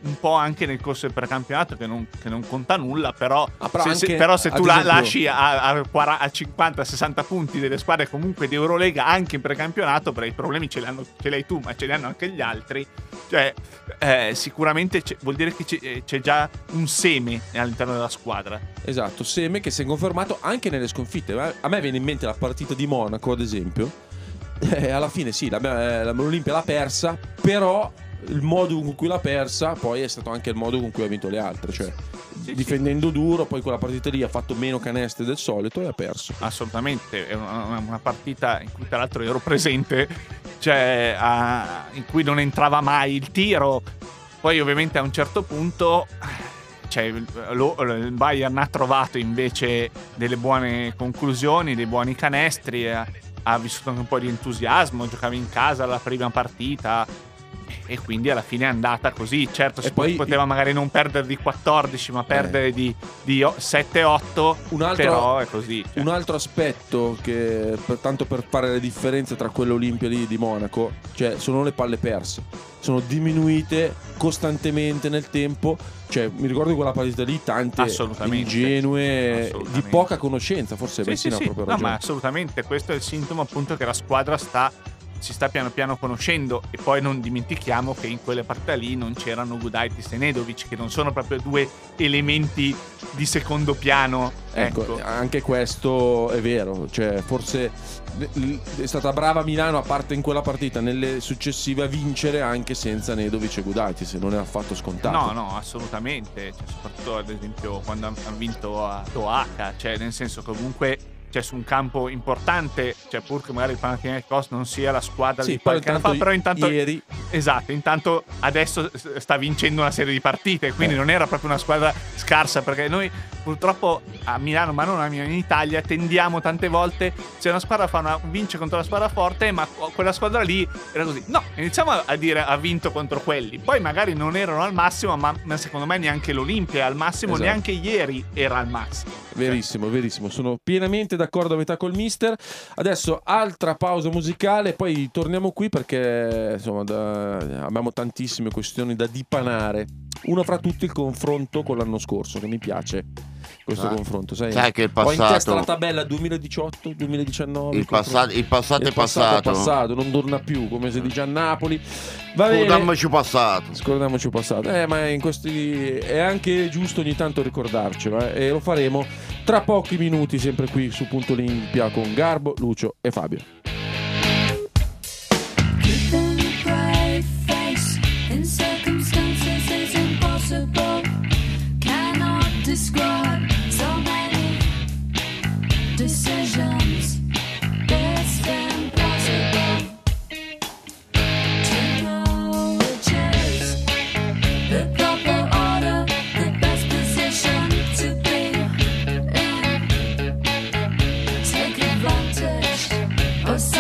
un po' anche nel corso del precampionato, che non, che non conta nulla, però, Ah, però se, anche, se, però se tu ad la esempio- lasci a, a, quaranta, a cinquanta sessanta punti delle squadre comunque di Eurolega anche in precampionato, perché i problemi ce li, hanno, ce li hai tu, ma ce li hanno anche gli altri, cioè eh, sicuramente c'è, vuol dire che c'è, c'è già un seme all'interno della squadra. Esatto, seme che si è confermato anche nelle sconfitte. A me viene in mente la partita di Monaco, ad esempio. Eh, alla fine sì, la- eh, l'Olimpia l'ha persa, però il modo con cui l'ha persa poi è stato anche il modo con cui ha vinto le altre, cioè difendendo duro, poi quella partita lì ha fatto meno canestri del solito e ha perso. Assolutamente, è una, una partita in cui tra l'altro ero presente, cioè a- in cui non entrava mai il tiro. Poi ovviamente a un certo punto, cioè, lo- il Bayern ha trovato invece delle buone conclusioni, dei buoni canestri, ha, ha vissuto anche un po' di entusiasmo, giocava in casa la prima partita e quindi alla fine è andata così. Certo, si E poi- poteva magari non perdere di quattordici, ma perdere di, di sette otto, Un altro- però è così. cioè. Un altro aspetto che, per, tanto per fare le differenze tra quell'Olimpia lì di Monaco, cioè sono le palle perse, sono diminuite costantemente nel tempo. Cioè mi ricordo di quella partita lì tante Assolutamente. ingenue, Assolutamente. di poca conoscenza, forse Sì, Messina sì, ha sì. proprio No, ragione. ma assolutamente, questo è il sintomo appunto che la squadra sta si sta piano piano conoscendo. E poi non dimentichiamo che in quelle partite lì non c'erano Gudaitis e Nedovic, che non sono proprio due elementi di secondo piano. Ecco, Ecco, anche questo è vero, cioè forse è stata brava Milano, a parte in quella partita, nelle successive a vincere anche senza Nedovic e Gudaitis, non è affatto scontato. no, no, assolutamente. Cioè, soprattutto ad esempio quando hanno vinto a Doha, cioè nel senso che comunque cioè, su un campo importante, cioè pur che magari il Panathinaikos non sia la squadra Sì, di però qualche anno intanto fa, però intanto ieri esatto, intanto adesso sta vincendo una serie di partite, quindi Eh. non era proprio una squadra scarsa, perché noi purtroppo a Milano, ma non a Milano, in Italia tendiamo tante volte, se una squadra fa una, vince contro una squadra forte, ma quella squadra lì era così. No, iniziamo a dire ha vinto contro quelli, poi magari non erano al massimo, ma, ma secondo me neanche l'Olimpia è al massimo, Esatto. neanche ieri era al massimo. Verissimo, verissimo, sono pienamente d'accordo a metà col mister. Adesso altra pausa musicale, poi torniamo qui perché insomma da- abbiamo tantissime questioni da dipanare. Una fra tutte il confronto con l'anno scorso, che mi piace questo Ah, confronto, sai? sai che il Ho in testa passato- la tabella duemiladiciotto duemiladiciannove. Il, passa- il passato il è passato. è passato, non torna più, come si dice a Napoli. Va bene. Scordiamoci passato. Scordiamoci passato. Eh, ma in questi è anche giusto ogni tanto ricordarcelo, eh, e lo faremo tra pochi minuti, sempre qui su Punto Olimpia con Garbo, Lucio e Fabio. Keeping a brave face in circumstances is impossible. Cannot describe so many decisions. It's impossible to know which is the proper order, the best position to be in. Take advantage of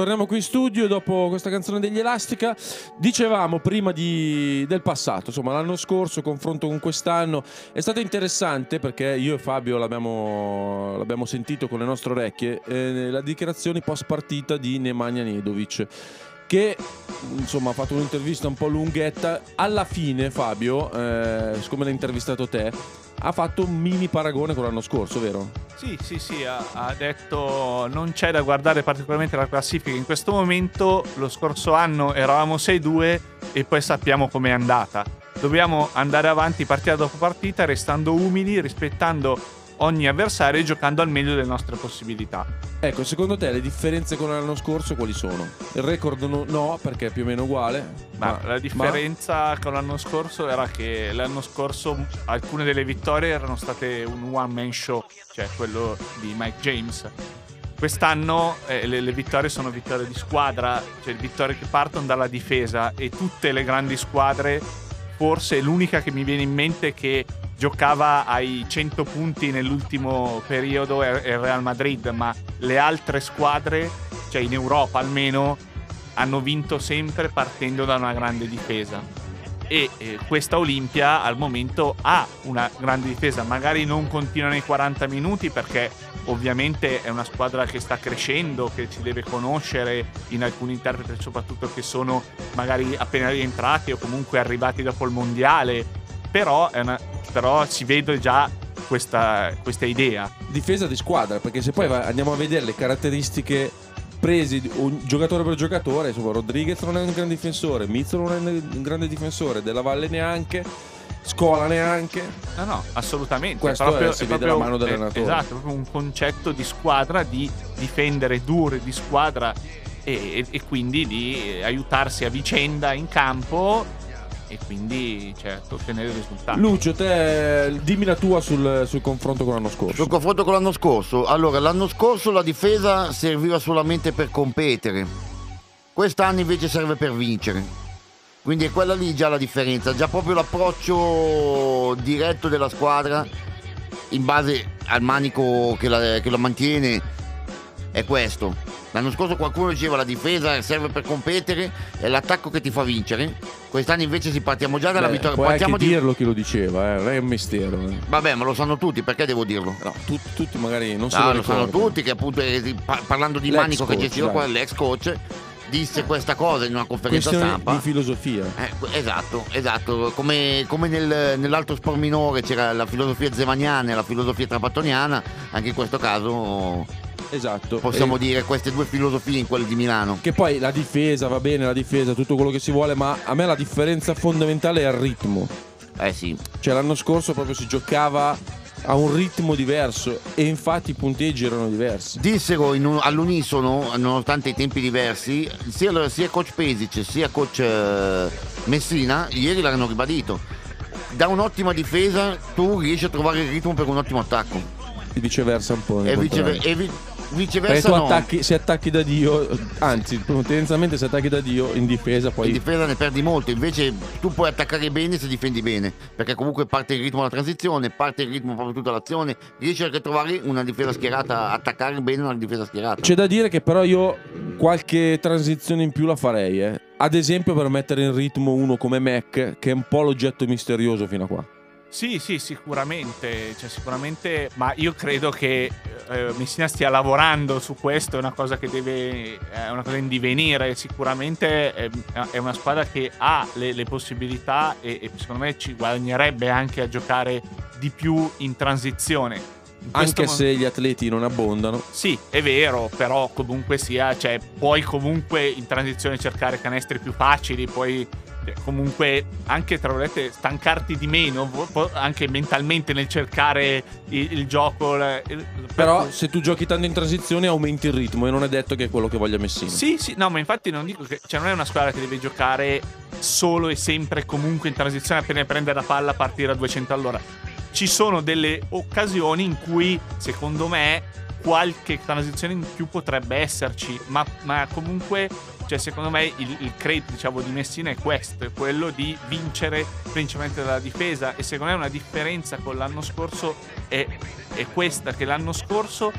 torniamo qui in studio dopo questa canzone degli Elastica. Dicevamo prima di, del passato, insomma l'anno scorso, confronto con quest'anno, è stato interessante perché io e Fabio l'abbiamo, l'abbiamo sentito con le nostre orecchie, eh, le dichiarazioni post partita di Nemanja Nedovic, che insomma ha fatto un'intervista un po' lunghetta. Alla fine Fabio, eh, siccome l'hai intervistato te, ha fatto un mini paragone con l'anno scorso, vero? Sì, sì, sì, ha, ha detto non c'è da guardare particolarmente la classifica in questo momento, lo scorso anno eravamo sei due e poi sappiamo com'è andata. Dobbiamo andare avanti partita dopo partita, restando umili, rispettando ogni avversario e giocando al meglio delle nostre possibilità. Ecco, secondo te le differenze con l'anno scorso quali sono? Il record no, no perché è più o meno uguale. Ma, ma la differenza ma... con l'anno scorso era che l'anno scorso alcune delle vittorie erano state un one man show, cioè quello di Mike James. Quest'anno eh, le, le vittorie sono vittorie di squadra, cioè vittorie che partono dalla difesa, e tutte le grandi squadre, forse l'unica che mi viene in mente che giocava ai cento punti nell'ultimo periodo è il Real Madrid, ma le altre squadre, cioè in Europa almeno, hanno vinto sempre partendo da una grande difesa. E eh, questa Olimpia al momento ha una grande difesa, magari non continua nei quaranta minuti perché ovviamente è una squadra che sta crescendo, che ci deve conoscere in alcuni interpreti soprattutto che sono magari appena rientrati o comunque arrivati dopo il mondiale, però è una però si vede già questa, questa idea. Difesa di squadra, perché se poi va, andiamo a vedere le caratteristiche prese un giocatore per giocatore, insomma Rodriguez non è un grande difensore, Mizzo non è un grande difensore, Della Valle neanche, Scola neanche. No, no, assolutamente. Questo proprio, è, si è vede proprio, la mano dell'allenatore. Eh, esatto, è proprio un concetto di squadra, di difendere duro, di squadra e, e quindi di aiutarsi a vicenda in campo e quindi certo ottenere il risultato. Lucio, te dimmi la tua sul, sul confronto con l'anno scorso. Sul confronto con l'anno scorso, allora l'anno scorso la difesa serviva solamente per competere, quest'anno invece serve per vincere, quindi è quella lì già la differenza, già proprio l'approccio diretto della squadra in base al manico che la, che la mantiene è questo. L'anno scorso qualcuno diceva la difesa serve per competere, è l'attacco che ti fa vincere. Quest'anno invece si partiamo già dalla Beh, vittoria. Puoi Partiamo anche di... dirlo chi lo diceva, eh? Non è un mistero. Eh. Vabbè, ma lo sanno tutti, perché devo dirlo? No, tu, tutti magari non si No, lo lo sanno ricordano. tutti che appunto eh, par- parlando di L'ex manico che coach, gestiva dai. qua, l'ex coach disse questa cosa in una conferenza Questione stampa. di filosofia. Eh, esatto, esatto. Come, come nel, nell'altro sport minore c'era la filosofia zemaniana e la filosofia trapattoniana, anche in questo caso Esatto. possiamo E- dire queste due filosofie in quelle di Milano. Che poi la difesa va bene, la difesa, tutto quello che si vuole, ma a me la differenza fondamentale è il ritmo. Eh sì. Cioè l'anno scorso proprio si giocava a un ritmo diverso e infatti i punteggi erano diversi. Dissero in un- all'unisono, nonostante i tempi diversi, sia, sia coach Pesic sia coach eh, Messina ieri l'hanno ribadito. Da un'ottima difesa tu riesci a trovare il ritmo per un ottimo attacco. E viceversa un po'. E, al vicever- contrario. e vi- Perché viceversa tu no. attacchi, se attacchi da Dio, anzi, tendenzialmente se attacchi da Dio in difesa poi In difesa ne perdi molto, invece tu puoi attaccare bene se difendi bene, perché comunque parte il ritmo della transizione, parte il ritmo proprio tutta l'azione, riesci a trovare una difesa schierata, attaccare bene una difesa schierata. c'è da dire che però io qualche transizione in più la farei, eh. Ad esempio per mettere in ritmo uno come Mac, che è un po' l'oggetto misterioso fino a qua. Sì, sì, sicuramente, cioè, sicuramente, ma io credo che eh, Messina stia lavorando su questo, è una cosa che deve, è una cosa in divenire, sicuramente è, è una squadra che ha le, le possibilità e, e secondo me ci guadagnerebbe anche a giocare di più in transizione. In questo Anche mo- se gli atleti non abbondano. Sì, è vero, però comunque sia, cioè, puoi comunque in transizione cercare canestri più facili, puoi cioè, comunque anche tra virgolette stancarti di meno, vo- po- anche mentalmente nel cercare il, il gioco. il- il- Però se tu giochi tanto in transizione aumenti il ritmo e non è detto che è quello che voglia Messina. Sì, sì, no, ma infatti non dico che, cioè, non è una squadra che deve giocare solo e sempre comunque in transizione appena prende la palla a partire a duecento all'ora. Ci sono delle occasioni in cui secondo me qualche transizione in più potrebbe esserci, ma, ma comunque, cioè, secondo me il, il credito, diciamo, di Messina è questo, è quello di vincere principalmente dalla difesa, e secondo me una differenza con l'anno scorso è, è questa, che l'anno scorso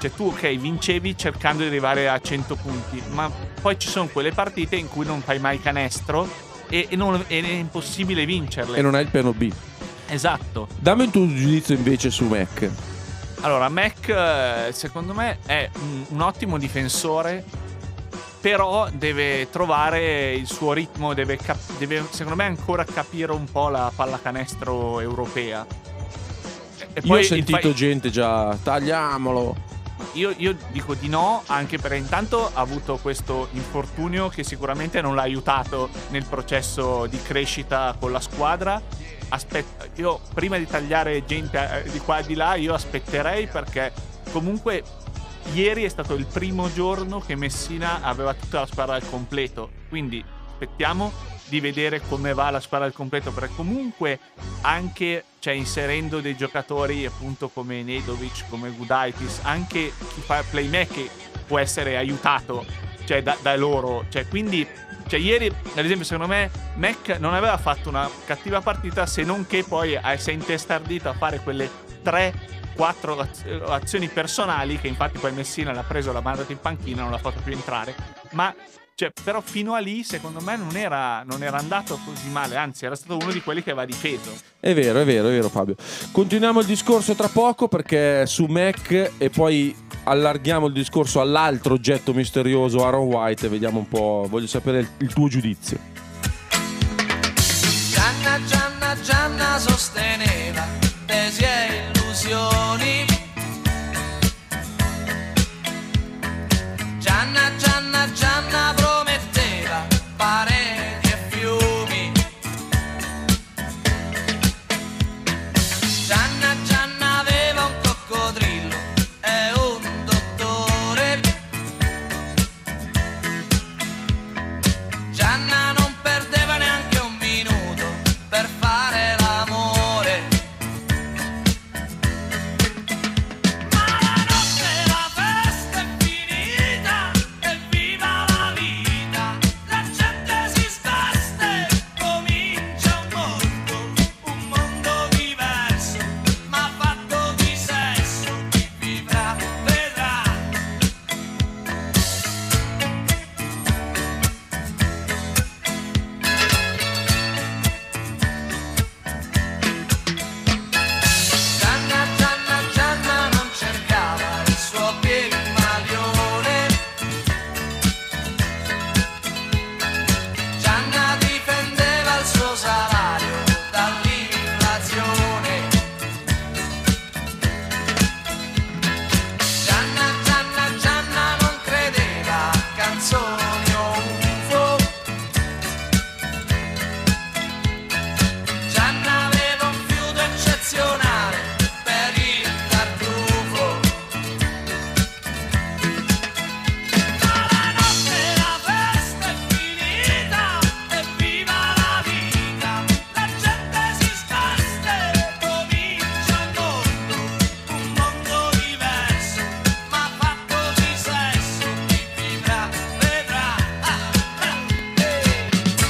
cioè tu ok vincevi cercando di arrivare a cento punti, ma poi ci sono quelle partite in cui non fai mai canestro e, e non, ed è impossibile vincerle. E non hai il piano B. Esatto. Dammi un tuo giudizio invece su Mac. Allora, Mac eh, secondo me è un, un ottimo difensore, però deve trovare il suo ritmo, deve, cap- deve secondo me ancora capire un po' la pallacanestro europea. E, e Io poi ho il sentito fa- gente già, tagliamolo. Io, io dico di no, anche perché intanto ha avuto questo infortunio che sicuramente non l'ha aiutato nel processo di crescita con la squadra. Aspetta, io prima di tagliare gente eh, di qua e di là, io aspetterei, perché comunque ieri è stato il primo giorno che Messina aveva tutta la squadra al completo, quindi aspettiamo di vedere come va la squadra al completo, perché comunque anche, cioè, inserendo dei giocatori appunto come Nedovic, come Gudaitis, anche chi fa playmaker può essere aiutato, cioè, da, da loro, cioè, quindi, cioè, ieri ad esempio secondo me Mac non aveva fatto una cattiva partita, se non che poi eh, si è intestardito a fare quelle tre quattro azioni personali che infatti poi Messina l'ha preso, l'ha mandato in panchina, non l'ha fatto più entrare, ma cioè, però fino a lì secondo me non era, non era andato così male, anzi era stato uno di quelli che aveva difeso. È vero, è vero, è vero Fabio. Continuiamo il discorso tra poco, perché su Mac, e poi allarghiamo il discorso all'altro oggetto misterioso, Aaron White, e vediamo un po', voglio sapere il, il tuo giudizio. Gianna, Gianna, Gianna sosteneva tesi e illusioni. Gianna, Gianna, Gianna prometteva pareti e fiumi. Gianna, Gianna aveva un coccodrillo e un dottore. Gianna non perdeva neanche un minuto per fare l'amore. Ma la notte la festa è finita e viva la vita. La gente si spesta e comincia un mondo, un mondo diverso, ma fatto di sesso. Chi vivrà vedrà. Gianna, Gianna, Gianna non cercava il suo pigmalione. Gianna difendeva il suo salario dall'inflazione. Gianna, Gianna, Gianna non credeva a canzoni o U F O. Gianna aveva un fiuto eccezionale per il tartufo. Ma la notte la festa è finita e viva la vita. La gente si spesta e comincia un mondo, un mondo diverso, ma fatto di sesso. Chi vivrà vedrà. Ah, ah, eh.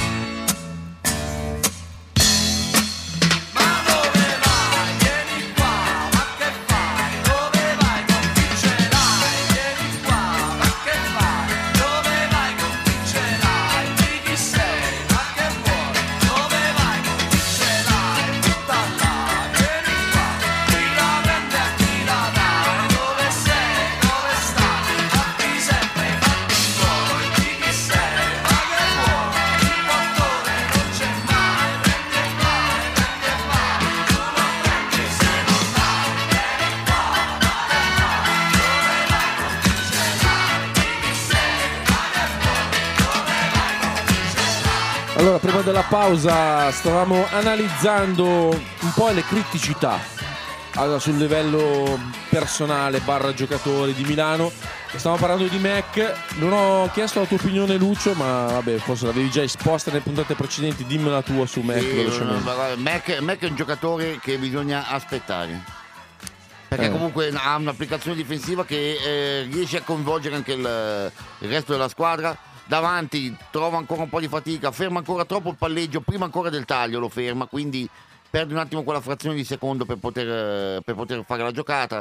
Ma dove vai? Vieni qua, ma che fai? Dove vai? Con chi ce l'hai? Vieni qua, ma che fai? Dove vai? Con chi ce l'hai? Di chi sei? Ma che vuoi? Dove vai? Con chi ce l'hai? Tutta là, vieni qua. Chi la prende a chi la dai? Dove sei? Dove stai? Fatti sempre i fatti tuoi. Di chi sei? Ma che vuoi? Il dottore non c'è mai. Prendi e vai, prendi e vai. Tu non prendi se non dai. Vieni qua, ma che fai? Dove vai? Con chi ce l'hai? Di chi sei? Ma che vuoi? Dove vai? Con chi ce l'hai? Allora, prima della pausa stavamo analizzando un po' le criticità allora, sul livello personale barra giocatori di Milano. Stiamo parlando di Mac. Non ho chiesto la tua opinione, Lucio, ma vabbè, forse l'avevi già esposta nelle puntate precedenti. Dimmi la tua su Mac Sì, velocemente. ma guarda, Mac, Mac è un giocatore che bisogna aspettare, perché Eh. comunque ha un'applicazione difensiva che eh, riesce a coinvolgere anche il, il resto della squadra. Davanti trova ancora un po' di fatica, ferma ancora troppo il palleggio, prima ancora del taglio lo ferma, quindi perde un attimo quella frazione di secondo per poter, eh, per poter fare la giocata.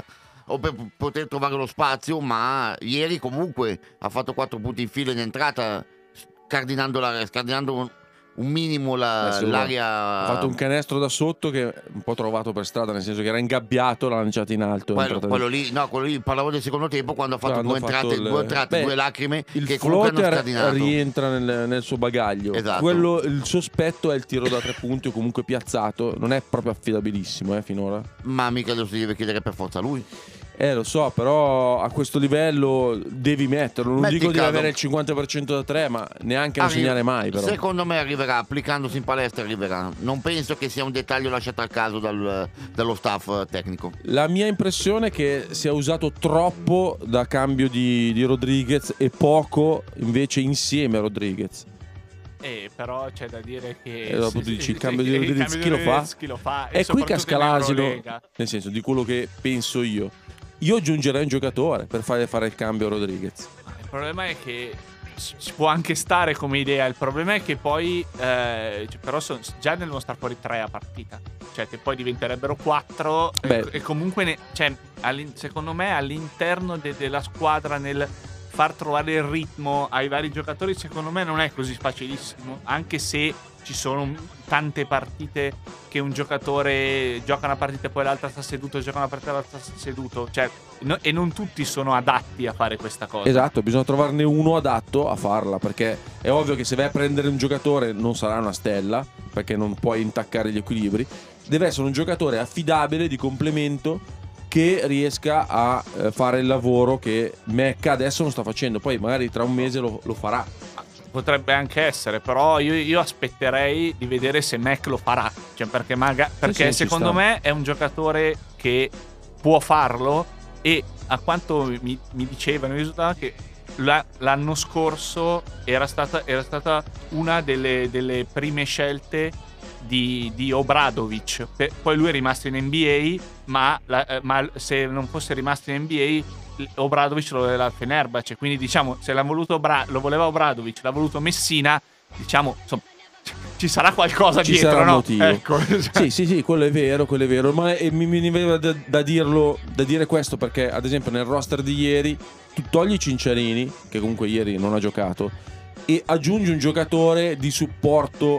o per poter trovare lo spazio, ma ieri comunque ha fatto quattro punti in fila in entrata, scardinando, la, scardinando un, un minimo la, Adesso l'area. Ha fatto un canestro da sotto che un po' trovato per strada, nel senso che era ingabbiato, l'ha lanciato in alto. è Quello, entrata quello lì, no, quello lì parlavo del secondo tempo quando ha fatto Quando due ha fatto entrate, il- due, entrate Beh, due lacrime il che comunque hanno floater scardinato. rientra nel, nel suo bagaglio. Esatto. Quello, il sospetto è il tiro da tre punti o comunque piazzato. Non è proprio affidabilissimo eh, finora. Ma mica lo si deve chiedere per forza a lui. Eh lo so, però a questo livello devi metterlo. Non Metti dico di caso. avere il cinquanta per cento da tre, ma neanche a non Arri- segnare mai però. Secondo me arriverà, applicandosi in palestra arriverà. Non penso che sia un dettaglio lasciato al caso dal- dallo staff eh, tecnico. La mia impressione è che sia usato troppo da cambio di, di Rodriguez e poco invece insieme a Rodriguez. Eh, però c'è da dire che E dopo sì, dici sì, il cambio sì, di il Rodriguez cambio chi lo di fa? Rodriguez chi lo fa? E È qui che soprattutto in scasca l'asino, Eurolega. nel senso di quello che penso io. Io aggiungerei un giocatore per fare, fare il cambio a Rodriguez. Il problema è che ci può anche stare come idea. Il problema è che poi eh, cioè, però son, già devono star fuori tre a partita, cioè che poi diventerebbero quattro e, Beh. e comunque ne, cioè, all'in- secondo me all'interno de- della squadra nel far trovare il ritmo ai vari giocatori secondo me non è così facilissimo, anche se ci sono tante partite che un giocatore gioca una partita e poi l'altra sta seduto, gioca una partita e l'altra sta seduto, cioè, no- e non tutti sono adatti a fare questa cosa. Esatto, bisogna trovarne uno adatto a farla, perché è ovvio che se vai a prendere un giocatore non sarà una stella, perché non puoi intaccare gli equilibri. Deve essere un giocatore affidabile, di complemento, che riesca a eh, fare il lavoro che Mecca adesso non sta facendo. Poi magari tra un mese lo, lo farà. Potrebbe anche essere, però io, io aspetterei di vedere se Mac lo farà. Cioè, perché, maga- perché sì, ci secondo sta. me è un giocatore che può farlo. E a quanto mi, mi dicevano, mi risultava che la- l'anno scorso era stata, era stata una delle, delle prime scelte di, di Obradovic. Pe- poi lui è rimasto in N B A, ma, la- eh, ma se non fosse rimasto in N B A Obradovic lo voleva il Fenerbahce, quindi diciamo se l'ha voluto Obra- lo voleva Obradovic, l'ha voluto Messina, diciamo insomma ci sarà qualcosa Ci dietro, sarà un no? motivo. Ecco. Sì, sì, sì, quello è vero, quello è vero. Ma eh, mi, mi veniva da, da dirlo, da dire questo perché, ad esempio, nel roster di ieri tu togli Cinciarini, che comunque ieri non ha giocato, e aggiungi un giocatore di supporto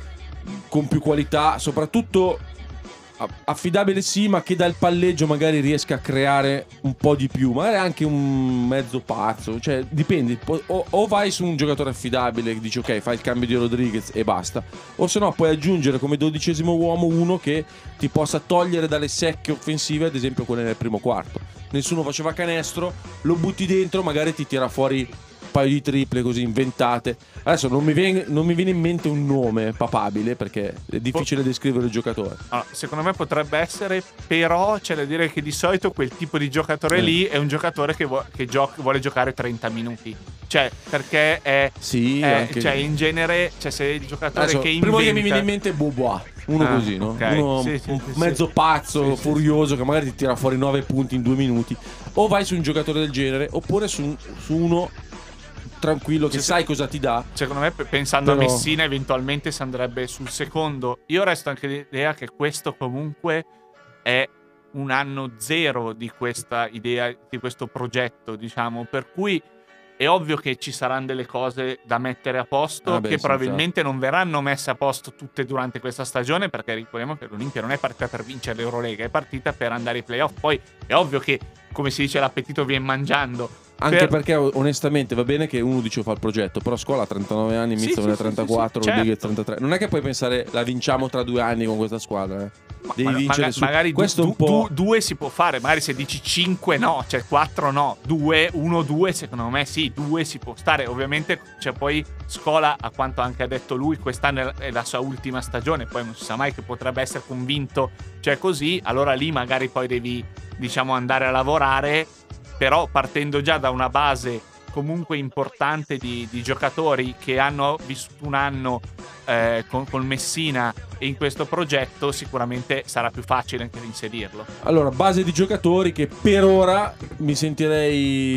con più qualità, soprattutto a- affidabile sì, ma che dal palleggio magari riesca a creare un po' di più, magari anche un mezzo pazzo, cioè dipende, po- o, o vai su un giocatore affidabile che dici ok, fai il cambio di Rodriguez e basta, o se no puoi aggiungere come dodicesimo uomo uno che ti possa togliere dalle secche offensive, ad esempio quelle nel primo quarto. Nessuno faceva canestro, lo butti dentro, magari ti tira fuori un paio di triple così inventate. Adesso non mi viene, non mi viene in mente un nome papabile perché è difficile descrivere il giocatore. Allora, secondo me potrebbe essere, però c'è da dire che di solito quel tipo di giocatore Eh. lì è un giocatore che, vuo- che gio- vuole giocare trenta minuti, cioè perché è, Sì, è- anche- cioè in genere, cioè se il giocatore Adesso, che primo inventa che mi viene in mente è Bobois, uno Ah, così, no? ok. Uno Sì, sì, un sì, mezzo sì. pazzo, Sì, sì, furioso, che magari ti tira fuori nove punti in due minuti. O vai su un giocatore del genere, oppure su, su uno tranquillo che Sì, sì. sai cosa ti dà. Secondo me, pe- pensando Però- a Messina, eventualmente si andrebbe sul secondo. Io resto anche l'idea che questo comunque è un anno zero di questa idea, di questo progetto, diciamo. Per cui è ovvio che ci saranno delle cose da mettere a posto, Ah, beh, che sì, probabilmente non verranno messe a posto tutte durante questa stagione, perché ricordiamo che l'Olimpia non è partita per vincere l'Eurolega, è partita per andare ai playoff. Poi è ovvio che, come si dice, l'appetito viene mangiando. Anche Per- perché onestamente va bene che uno dice fa il progetto, però a scuola ha trentanove anni, Sì, inizia sì, nel sì, trentaquattro, sì, sì, Rodriguez certo. trentatré. Non è che puoi pensare la vinciamo tra due anni con questa squadra, eh. Devi Ma- vincere maga- su. magari Questo du- è un po'. du- due si può fare, magari se dici cinque no, cioè quattro no, due, uno, due secondo me sì, due si può stare. Ovviamente c'è poi Scola, a quanto anche ha detto lui, quest'anno è- è la sua ultima stagione, poi non si sa mai che potrebbe essere convinto, cioè così, allora lì magari poi devi, diciamo, andare a lavorare, però partendo già da una base comunque importante di, di giocatori che hanno vissuto un anno eh, con, con Messina e in questo progetto, sicuramente sarà più facile anche inserirlo. Allora, base di giocatori che per ora mi sentirei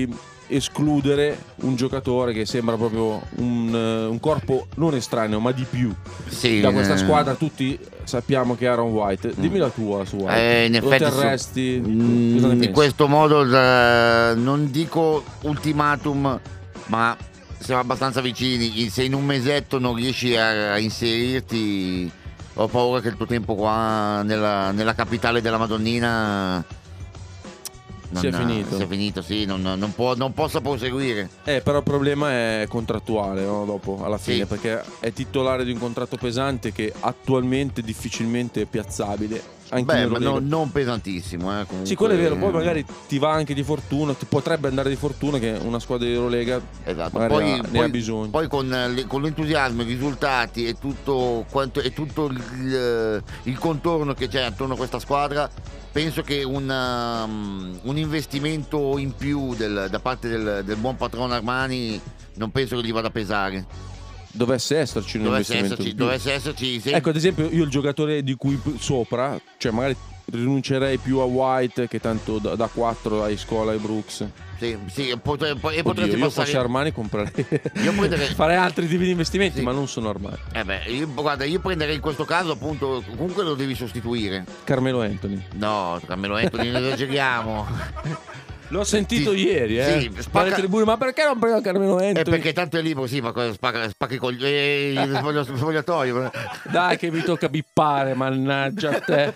escludere un giocatore che sembra proprio un, eh, un corpo non estraneo ma di più Sì, da questa eh, squadra. Tutti sappiamo che Aaron White, dimmi la tua su White. Eh, in Lo effetti su- terresti? Mm, Cosa ne in pensi? questo modo eh, non dico ultimatum, ma siamo abbastanza vicini. Se in un mesetto non riesci a, a inserirti, ho paura che il tuo tempo qua nella, nella capitale della Madonnina non, Sia finito. sia finito, sì, non, non, può, non possa proseguire. Eh, però il problema è contrattuale, no? Dopo, alla fine, Sì. perché è titolare di un contratto pesante che attualmente difficilmente è piazzabile. Anche Beh, in ma Eurolega. non, non pesantissimo. Eh, comunque. Sì, quello è vero, poi magari ti va anche di fortuna, ti potrebbe andare di fortuna che una squadra di Eurolega Esatto. magari Poi, ha- ne poi- ha bisogno. poi con, le- con l'entusiasmo, i risultati e tutto, quanto, e tutto il, il contorno che c'è attorno a questa squadra, penso che un, um, un investimento in più del- da parte del, del buon patrono Armani non penso che gli vada a pesare. Dovesse esserci un Dovesse investimento esserci, in più. dovesse esserci sì. Ecco, ad esempio, io il giocatore di cui p- sopra, cioè magari rinuncerei più a White che tanto da, da quattro hai Scola e Brooks. Sì, sì, potre- e Oddio, potresti io passare. fossi Armani comprerei. Io prenderei- farei altri tipi di investimenti, Sì. ma non sono Armani. Eh beh, io, guarda, io prenderei in questo caso appunto, comunque lo devi sostituire. Carmelo Anthony. No, Carmelo Anthony, non esageriamo. L'ho sentito Sì, ieri, eh. sì, Dalle spacca- tribune, ma perché non prendo Carmelo Anthony? Eh, perché tanto è libero, sì, ma cosa spacca, spacca i coglioni, eh, il sfoglia- sfogliatoio. Dai che mi tocca bippare, mannaggia a te.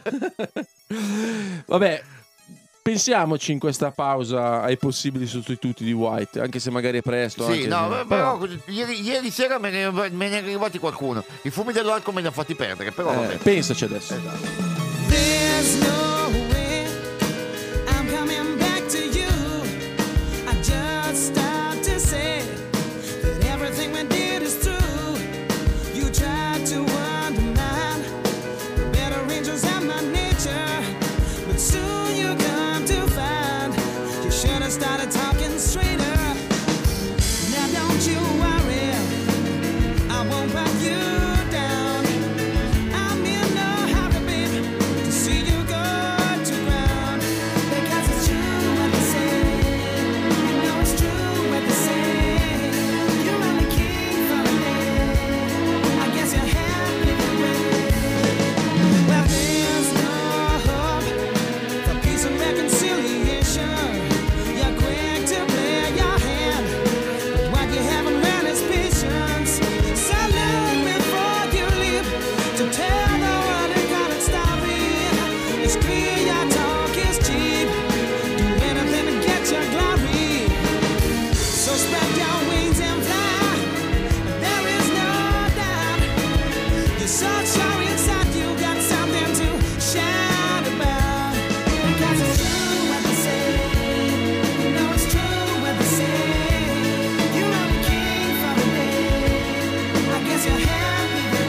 Vabbè, pensiamoci in questa pausa ai possibili sostituti di White, anche se magari è presto. Sì, anche no, se- però, ieri, ieri sera me ne, me ne è arrivati qualcuno. I fumi dell'alcol me li hanno fatti perdere, però Eh, vabbè. pensaci adesso. There's no way I'm coming back to you. I just stopped to say that everything we did is true. You tried to undermine the better angels and my nature, but soon you come to find you should have started talking straighter. Now don't you worry, I won't back you down. I'm in no hurry, baby, to see you go to ground. Because it's true what they say. You know it's true what they say. You're only king for a day. I guess you're happy that way. Well, there's no hope for peace and reconciliation. You're quick to play your hand, but what you haven't learned is patience. So look before you leave to tell the world a comic story. It's clear your talk is cheap. Do anything to get your glory. So spread your wings and fly. There is no doubt. You're so sure inside you got something to shout about. Because it's true what they say. You know it's true what they say. You're only king for a day. I guess you're happy that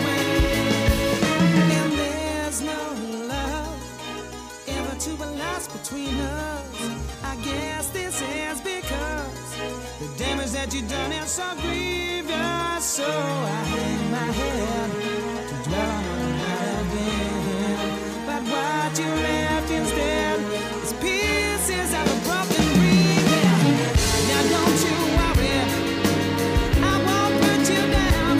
way. And there's no love ever to be lost between us. I guess this is because the damage that you done is so grievous. So I hang my head to dwell on what might have been. But what you left instead is pieces of a broken dream. Yeah. Now don't you worry, I won't put you down.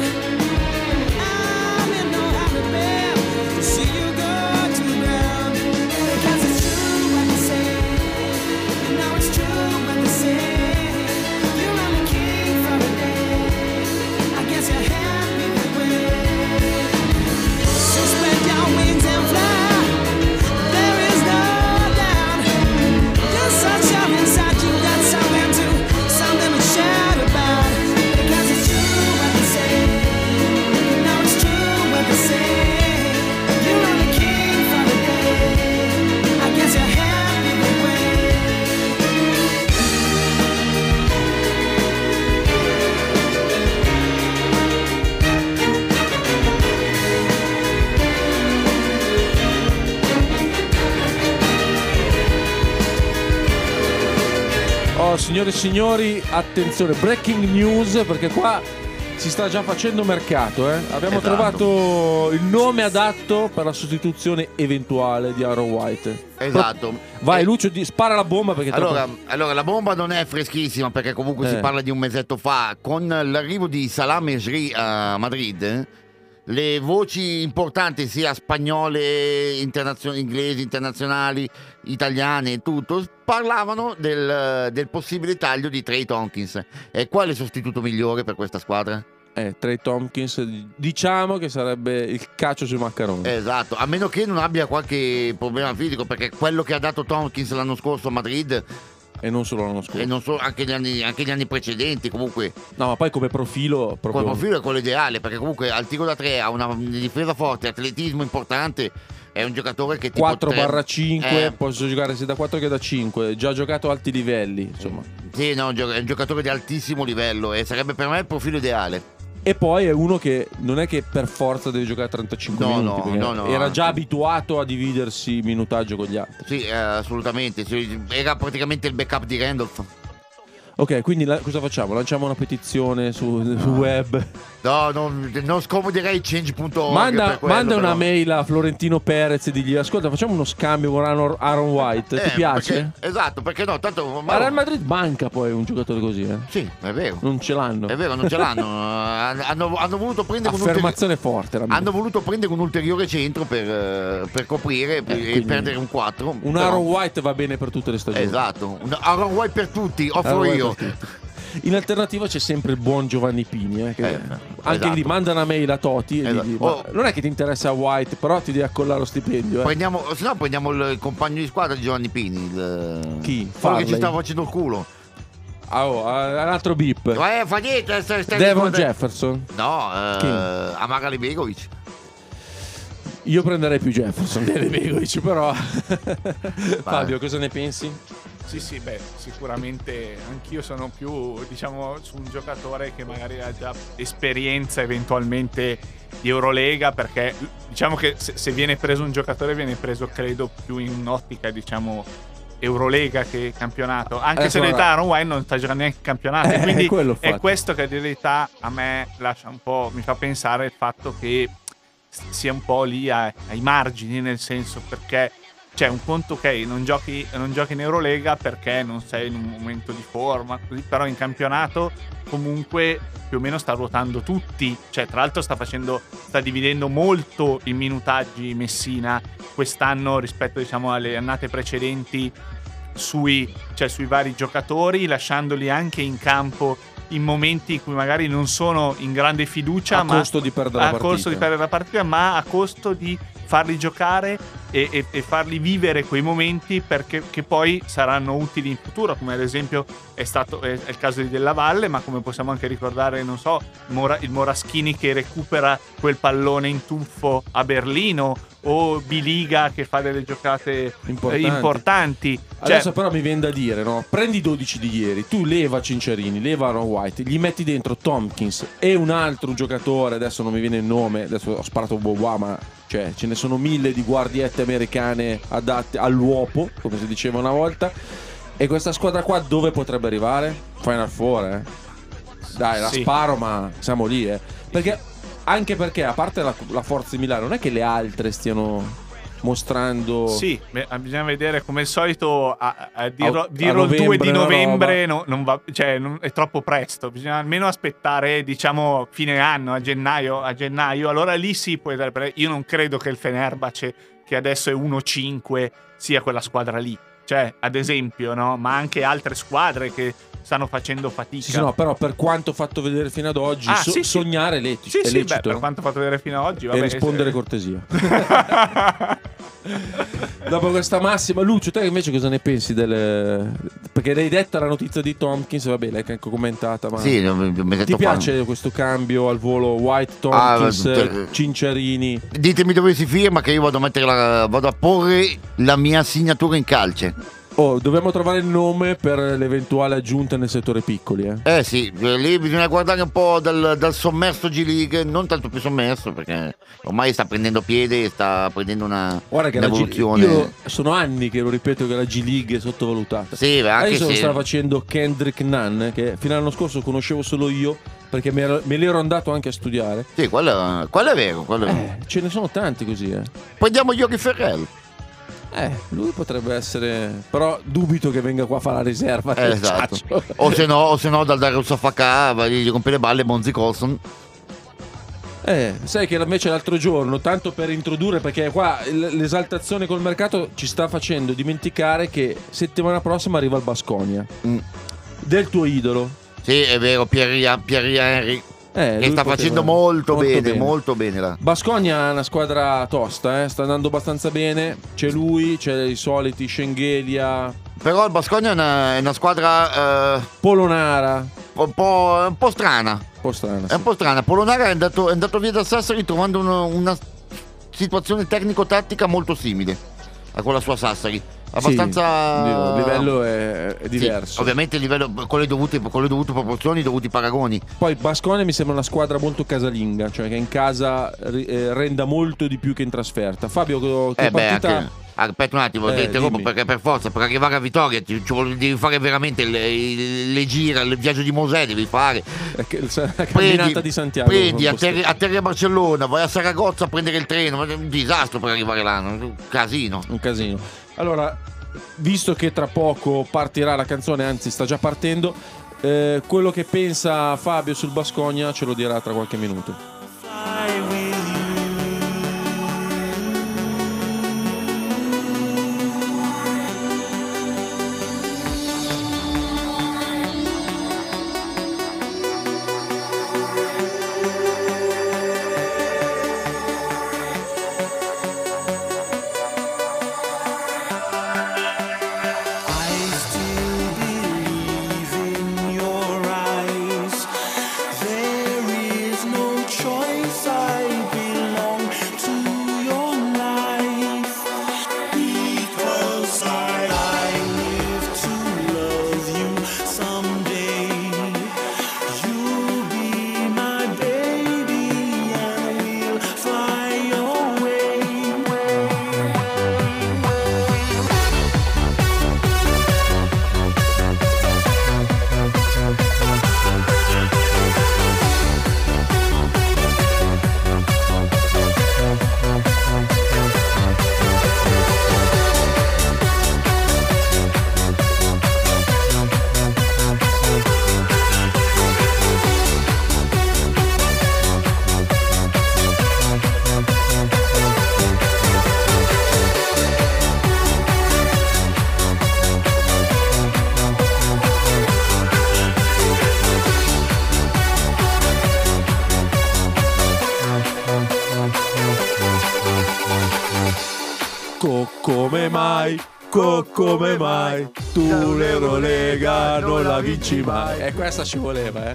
I'm in no hurry, babe, to see you go to ground. Because it's true what they say. You know it's true what they say. You're only king for a day. I guess you're happy that way. So spread your wings and fly. There is no doubt. There's such love inside you. Got something to, something to shout about. Because it's true what they say. You know it's true what they say. You're only king for a day. I guess you're happy that way. Oh, signore e signori, attenzione, breaking news, perché qua si sta già facendo mercato, eh? Abbiamo Esatto. trovato il nome adatto per la sostituzione eventuale di Aaron White. Esatto. Vai Eh, Lucio, di- spara la bomba perché tra Allora, poco- allora, la bomba non è freschissima perché comunque Eh. si parla di un mesetto fa. Con l'arrivo di Salah Mejri a Madrid, eh, le voci importanti sia spagnole, internazio- inglesi, internazionali, italiane e tutto, parlavano del, del possibile taglio di Trey Tompkins. E quale sostituto migliore per questa squadra? eh, Trey Tompkins, diciamo che sarebbe il calcio sui maccheroni. Esatto, a meno che non abbia qualche problema fisico, perché quello che ha dato Tompkins l'anno scorso a Madrid E non solo l'anno scorso. e non so, anche, gli anni, anche gli anni precedenti, comunque No, ma poi come profilo proprio quel profilo è quello ideale, perché comunque al tiro da tre ha una difesa forte, atletismo importante, è un giocatore che ti quattro potrebbe- barra cinque, eh, posso giocare sia da quattro che da cinque, già giocato a alti livelli, insomma. sì, no, è un giocatore di altissimo livello e sarebbe per me il profilo ideale. E poi è uno che non è che per forza deve giocare trentacinque No, minuti, no, perché no, no, era già anzi. abituato a dividersi minutaggio con gli altri. Sì, eh, assolutamente, sì, era praticamente il backup di Randolph. Ok, quindi la- cosa facciamo? Lanciamo una petizione su, su web. No, non, non scomoderei change punto org Manda, per quello, manda una però. mail a Florentino Perez e digli: ascolta, facciamo uno scambio con Aaron, Aaron White. Ti Eh, piace? perché- esatto, perché no, tanto Ma Real Madrid manca poi un giocatore così, eh. Sì, è vero. Non ce l'hanno. È vero, non ce l'hanno. hanno, hanno voluto prendere un ulteriore, Affermazione forte. la mia. hanno voluto prendere un ulteriore centro per, eh, per coprire per- Eh, e quindi perdere un quattro. Un però- Aaron White va bene per tutte le stagioni. Esatto, un Aaron White per tutti, offro Aaron White io. per tutti. In alternativa c'è sempre il buon Giovanni Pini, eh, che Eh, anche esatto. lì manda una mail a Toti e Esatto. digli: Oh. "Ma non è che ti interessa White, però ti devi accollare lo stipendio. Eh. Prendiamo, se no prendiamo il compagno di squadra di Giovanni Pini. Il, Chi? Quello che Farley? ci stava facendo il culo. Ah, oh, ah, un altro beep. Eh, fa niente. Stai, stai Devon stai- Jefferson. No, eh, Chi? Amara Begovic. Io prenderei più Jefferson delle Begovic, però. Fabio, cosa ne pensi? Sì, sì, beh, sicuramente anch'io sono più, diciamo, su un giocatore che magari ha già esperienza eventualmente di Eurolega, perché diciamo che se, se viene preso un giocatore viene preso, credo, più in ottica, diciamo, Eurolega che campionato, anche Adesso se in realtà guarda- Aaron White non sta giocando neanche il campionato, Eh, quindi quello è infatti. questo che in realtà a me lascia un po', mi fa pensare il fatto che sia un po' lì ai, ai margini, nel senso, perché c'è un conto, ok, non giochi, non giochi in Eurolega perché non sei in un momento di forma, così, però in campionato comunque più o meno sta ruotando tutti, cioè tra l'altro sta facendo, sta dividendo molto i minutaggi Messina quest'anno rispetto, diciamo, alle annate precedenti sui, cioè, sui vari giocatori, lasciandoli anche in campo in momenti in cui magari non sono in grande fiducia, A ma costo di perdere la a partita. costo di perdere la partita, ma a costo di farli giocare e, e- e farli vivere quei momenti, perché che poi saranno utili in futuro, come ad esempio è stato è, è il caso di Della Valle, ma come possiamo anche ricordare, non so, Mora- il Moraschini che recupera quel pallone in tuffo a Berlino, o Biliga che fa delle giocate Importanti. importanti, importanti. Cioè, Adesso però mi viene da dire, no? Prendi i dodici di ieri, tu leva Cinciarini, leva Aaron White, gli metti dentro Tompkins e un altro giocatore, adesso non mi viene il nome, adesso ho sparato Boba, ma cioè ce ne sono mille di guardiette americane adatte all'uopo, come si diceva una volta. E questa squadra qua dove potrebbe arrivare? Final Four, eh? Dai, la Sì. sparo, ma siamo lì, eh. Perché anche perché, a parte la, la forza di Milano, non è che le altre stiano mostrando. Sì, beh, bisogna vedere, come al solito a, a dirlo, A- a dirlo il due novembre di una novembre roba. no- non va, cioè, non- è troppo presto, bisogna almeno aspettare, diciamo, fine anno, a gennaio, a gennaio, allora lì sì puoi dare, perché io non credo che il Fenerbahce, che adesso è uno cinque, sia quella squadra lì, cioè, ad esempio, no? Ma anche altre squadre che stanno facendo fatica. Sì, sì, no, però per quanto fatto vedere fino ad oggi, Ah, so- sì, sì. sognare è lecito. Sì, è sì, lecito, beh, per no? quanto ho fatto vedere fino ad oggi, E vabbè, rispondere eh, cortesia. Dopo questa massima, Lucio, te invece cosa ne pensi delle... Perché l'hai detta la notizia di Tompkins, vabbè, l'hai anche commentata, ma Sì, un mesetto ti fa. piace questo cambio al volo White, Ah, Tompkins, eh, Cinciarini? Ditemi dove si firma che io vado a, mettere la- vado a porre la mia signatura in calce. Oh, dobbiamo trovare il nome per l'eventuale aggiunta nel settore piccoli, eh. Eh sì, lì bisogna guardare un po' dal, dal sommerso G-League, non tanto più sommerso perché ormai sta prendendo piede e sta prendendo una Guarda che la G- un'evoluzione. io sono anni che lo ripeto che la G-League è sottovalutata. Sì, anche Adesso lo se sta facendo Kendrick Nunn, che fino all'anno scorso conoscevo solo io, perché me, ero- me l'ero andato anche a studiare. Sì, quello, quello è vero. Quello è vero. Eh, ce ne sono tanti così, eh. Prendiamo Yogi Ferrell. Eh, lui potrebbe essere. Però dubito che venga qua a fare la riserva. Eh, del esatto. Ciaccio. O se no, o se no dal Dario Safaka va lì, gli rompe le balle Monzi Colson. Eh, sai che invece l'altro giorno, tanto per introdurre, perché qua l- l'esaltazione col mercato ci sta facendo dimenticare che settimana prossima arriva il Baskonia. Mm. Del tuo idolo. Sì, è vero, Pierre, Pierre Henry. Eh, Che lui sta poteva- facendo molto, molto bene, bene. molto bene là. Baskonia è una squadra tosta, eh? Sta andando abbastanza bene. C'è lui, c'è i soliti Schengelia, Però il Baskonia è una, è una squadra eh, Polonara. un, po', un po' strana. Un po' strana. È un po' strana. Polonara è andato, è andato via da Sassari trovando uno- una situazione tecnico-tattica molto simile a quella sua Sassari. Abbastanza. Sì, il livello è, è Sì, diverso. ovviamente il livello con le dovute, con le dovute proporzioni, i dovuti paragoni. Poi Baskonia mi sembra una squadra molto casalinga, cioè che in casa ri- eh, renda molto di più che in trasferta. Fabio, che Eh beh, partita. anche. Aspetta un attimo, Eh, ti interrompo dimmi. perché per forza, per arrivare a Vittoria ti, ci vuole- devi fare veramente le, le gire, il viaggio di Mosè devi fare. Eh, che- La camminata di Santiago. prendi un po' atterri, atterri a Barcellona, vai a Saragozza a prendere il treno, è un disastro per arrivare là, un casino. un casino. Allora, visto che tra poco partirà la canzone, anzi sta già partendo, eh, quello che pensa Fabio sul Baskonia ce lo dirà tra qualche minuto. I still believe in your eyes. There is no choice. I belong to your life because I, I live to love you someday. You'll be my baby and we'll fly away. Co- come mai? Co- come mai? Tu l'Eurolega non la vinci mai. E questa ci voleva, eh.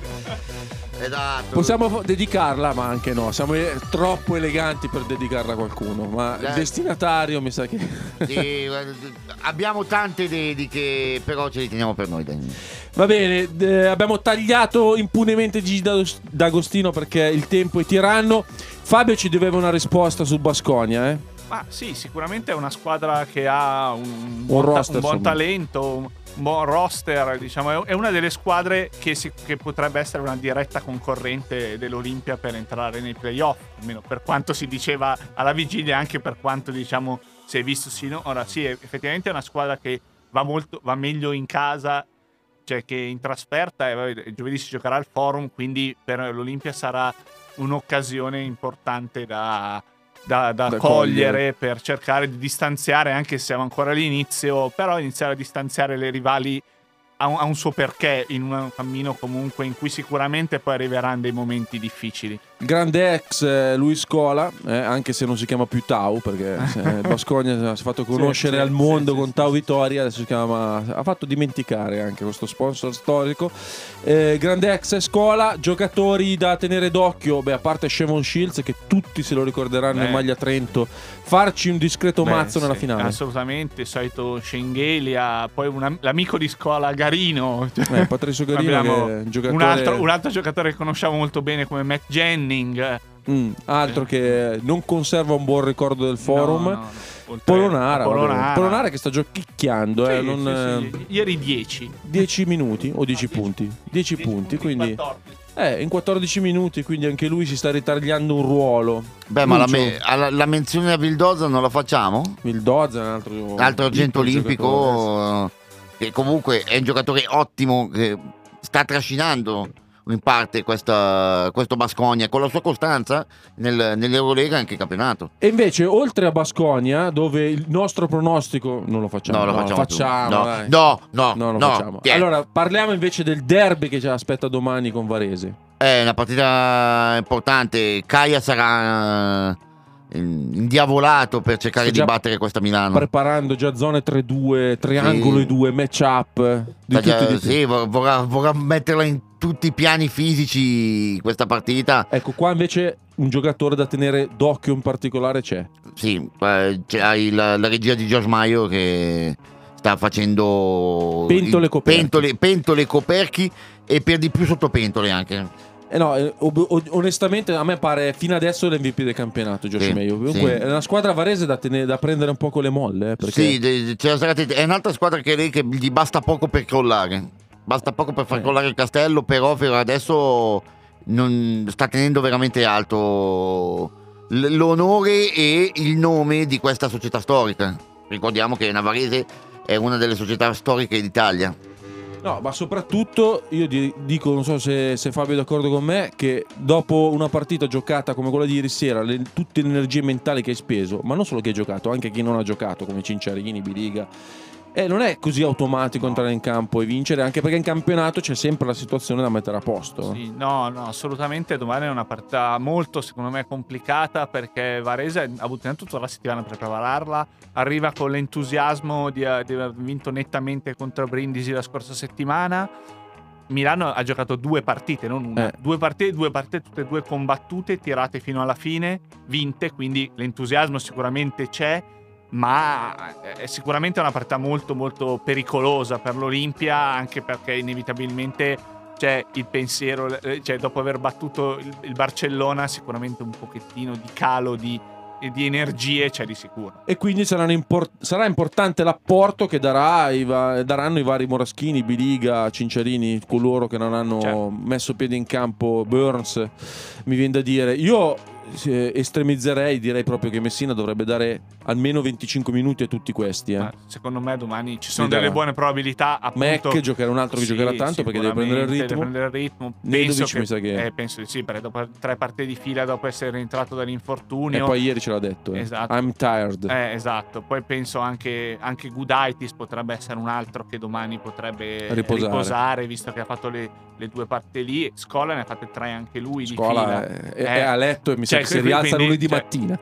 Esatto. Possiamo fo- dedicarla, ma anche no. Siamo eh, troppo eleganti per dedicarla a qualcuno. Ma il Eh. destinatario mi sa che. Sì, guarda, abbiamo tante dediche, però ce le teniamo per noi. Dai. Va bene, eh, abbiamo tagliato impunemente Gigi D'Agos- D'Agostino perché il tempo è tiranno. Fabio ci doveva una risposta sul Baskonia, eh? Ma sì, sicuramente è una squadra che ha un buon, ta- roster, un buon insomma. talento, un buon roster, diciamo, è- è una delle squadre che, si- che potrebbe essere una diretta concorrente dell'Olimpia per entrare nei playoff, almeno per quanto si diceva alla vigilia, anche per quanto diciamo si è visto sinora. Sì, effettivamente è una squadra che va molto, va meglio in casa, cioè che in trasferta, e vabbè, giovedì si giocherà al Forum, quindi per l'Olimpia sarà un'occasione importante da, da, da Da cogliere, cogliere. per cercare di distanziare, anche se siamo ancora all'inizio, però iniziare a distanziare le rivali ha un, ha un suo perché in un cammino comunque in cui sicuramente poi arriveranno dei momenti difficili. Grande ex eh, Luis Scola, eh, anche se non si chiama più Tau, perché eh, il Baskonia si è fatto conoscere sì, al mondo sì, con sì, Tau sì. Vittoria, adesso si chiama, ha fatto dimenticare anche questo sponsor storico. Eh, grande ex Scola, giocatori da tenere d'occhio, beh, a parte Shevon Shields che tutti se lo ricorderanno Beh. in maglia Trento, farci un discreto Beh, mazzo nella sì, finale. assolutamente, il solito Schengelia, poi una- l'amico di scuola Garino. Eh, Patrizio Garino Abbiamo che è un giocatore un, altro, un altro giocatore che conosciamo molto bene come Matt Jennings, Mm, altro che non conserva un buon ricordo del forum. No, no, no. Oltre Polonara, a Polonara. vabbè. Polonara che sta giochicchiando, Sì, eh, sì, non, sì. Ieri dieci. dieci minuti o dieci punti? dieci punti, quindi eh, in quattordici minuti, quindi anche lui si sta ritagliando un ruolo. Beh, ma la, Lucio, me- alla- la menzione a Vildoza non la facciamo? Vildoza è un altro, Altro argento giocatore. olimpico, eh, che comunque è un giocatore ottimo, che sta trascinando in parte questa, questo Baskonia con la sua costanza nel, nell'Eurolega e anche in campionato. E invece, oltre a Baskonia, dove il nostro pronostico non lo facciamo, No, lo facciamo tu. No, dai. no, no, No, non no. facciamo. Chi è? Allora, parliamo invece del derby che ci aspetta domani con Varese. È una partita importante. Caia sarà eh, indiavolato per cercare Sta di già battere questa Milano. Preparando già zone tre due, triangolo Sì. e due, match up di Sta già- tutto e di più. sì, vor- vorrà, vorrà metterla in tutti i piani fisici questa partita. Ecco, qua invece un giocatore da tenere d'occhio in particolare c'è. Sì, eh, c'è la, la regia di George Maio che sta facendo Pentole il- coperchi. pentole, pentole coperchi e per di più sottopentole anche. Eh no, eh, ob- o- onestamente a me pare fino adesso l'M V P del campionato, Josh Sì, Mayo. Comunque sì. è una squadra varese da, tenere- da prendere un po' con le molle. Eh, perché Sì, de- c'è stata- è un'altra squadra che lei che gli basta poco per crollare. Basta poco per far Eh. crollare il castello, però per adesso non sta tenendo veramente alto l- l'onore e il nome di questa società storica. Ricordiamo che Navarrese è una delle società storiche d'Italia. No, ma soprattutto io di- dico, non so se, se Fabio è d'accordo con me, che dopo una partita giocata come quella di ieri sera, le- tutte le energie mentali che hai speso, ma non solo che hai giocato, anche chi non ha giocato, come Cinciarini, Biliga, eh, non è così automatico entrare in campo e vincere, anche perché in campionato c'è sempre la situazione da mettere a posto. Sì, no, no, assolutamente. Domani è una partita molto, secondo me, complicata perché Varese ha avuto innanzitutto la settimana per prepararla. Arriva con l'entusiasmo di, di aver vinto nettamente contro Brindisi la scorsa settimana. Milano ha giocato due partite, non una. Eh. Due partite, due partite, tutte e due combattute, tirate fino alla fine, vinte. Quindi l'entusiasmo sicuramente c'è. Ma è sicuramente una partita molto molto pericolosa per l'Olimpia, anche perché inevitabilmente c'è il pensiero, cioè dopo aver battuto il, il Barcellona sicuramente un pochettino di calo di, di energie c'è di sicuro. E quindi saranno import- sarà importante l'apporto che darà i va- daranno i vari Moraschini, Biliga, Cinciarini, coloro che non hanno Certo. messo piede in campo, Burns, mi viene da dire. Io eh, estremizzerei, direi proprio che Messina dovrebbe dare almeno venticinque minuti a tutti questi. Eh. Ma secondo me domani ci sono Mi darà. delle buone probabilità. Appunto, Mac giocherà un altro che Sì, giocherà tanto perché deve prendere il sicuramente ritmo. deve prendere il ritmo. Nedovic Penso che, mi sa che- eh, penso di sì, perché dopo tre partite di fila, dopo essere rientrato dall'infortunio. E poi ieri ce l'ha detto. Eh. Esatto. I'm tired. Eh, esatto, poi penso anche, anche Gudaitis potrebbe essere un altro che domani potrebbe Riposare. riposare, visto che ha fatto le, le due partite lì. Scola ne ha fatte tre anche lui di Scuola fila. è, Eh, è a letto e mi sa cioè, che si quindi- rialza quindi- lunedì cioè- mattina.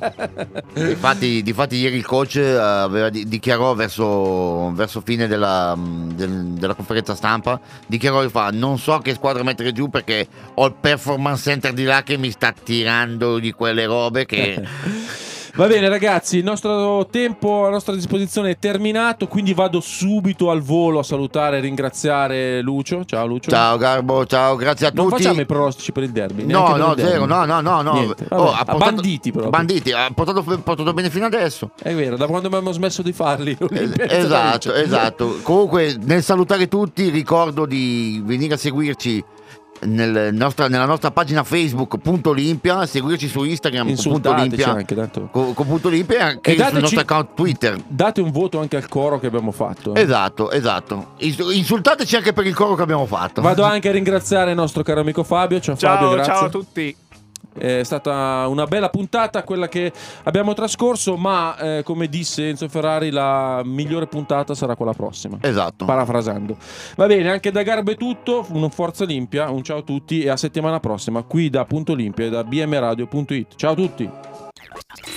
Difatti, difatti ieri il coach eh, aveva di- dichiarò verso, verso fine della, mh, del- della conferenza stampa, dichiarò che fa: non so che squadra mettere giù perché ho il performance center di là che mi sta tirando di quelle robe che Va bene ragazzi, il nostro tempo a nostra disposizione è terminato, quindi vado subito al volo a salutare e ringraziare Lucio. Ciao Lucio. ciao Garbo, ciao, grazie a Non tutti. facciamo i pronostici per il derby. No, neanche per no, il derby. zero, no, no, no, no. Niente. Oh, Vabbè, ha a portato- banditi proprio. Banditi, ha portato, portato bene fino adesso. È vero, da quando abbiamo smesso di farli. l'Olimpia Eh, è stata Esatto, vinta. esatto. Comunque, nel salutare tutti, ricordo di venire a seguirci nel nostra- nella nostra pagina Facebook punto Olimpia, seguirci su Instagram con punto Insultateci Olimpia, anche, tanto. con, con punto Olimpia e anche E sul dateci- nostro account Twitter. Date un voto anche al coro che abbiamo fatto. eh. Esatto, esatto. Ins- Insultateci anche per il coro che abbiamo fatto. Vado anche a ringraziare il nostro caro amico Fabio. Ciao, Fabio, Ciao, grazie. ciao a tutti. È stata una bella puntata quella che abbiamo trascorso, ma eh, come disse Enzo Ferrari, la migliore puntata sarà quella prossima. Esatto. Parafrasando. Va bene, anche da Garbo è tutto. Un Forza Olimpia, un ciao a tutti e a settimana prossima qui da Punto Olimpia e da b m radio punto it. Ciao a tutti.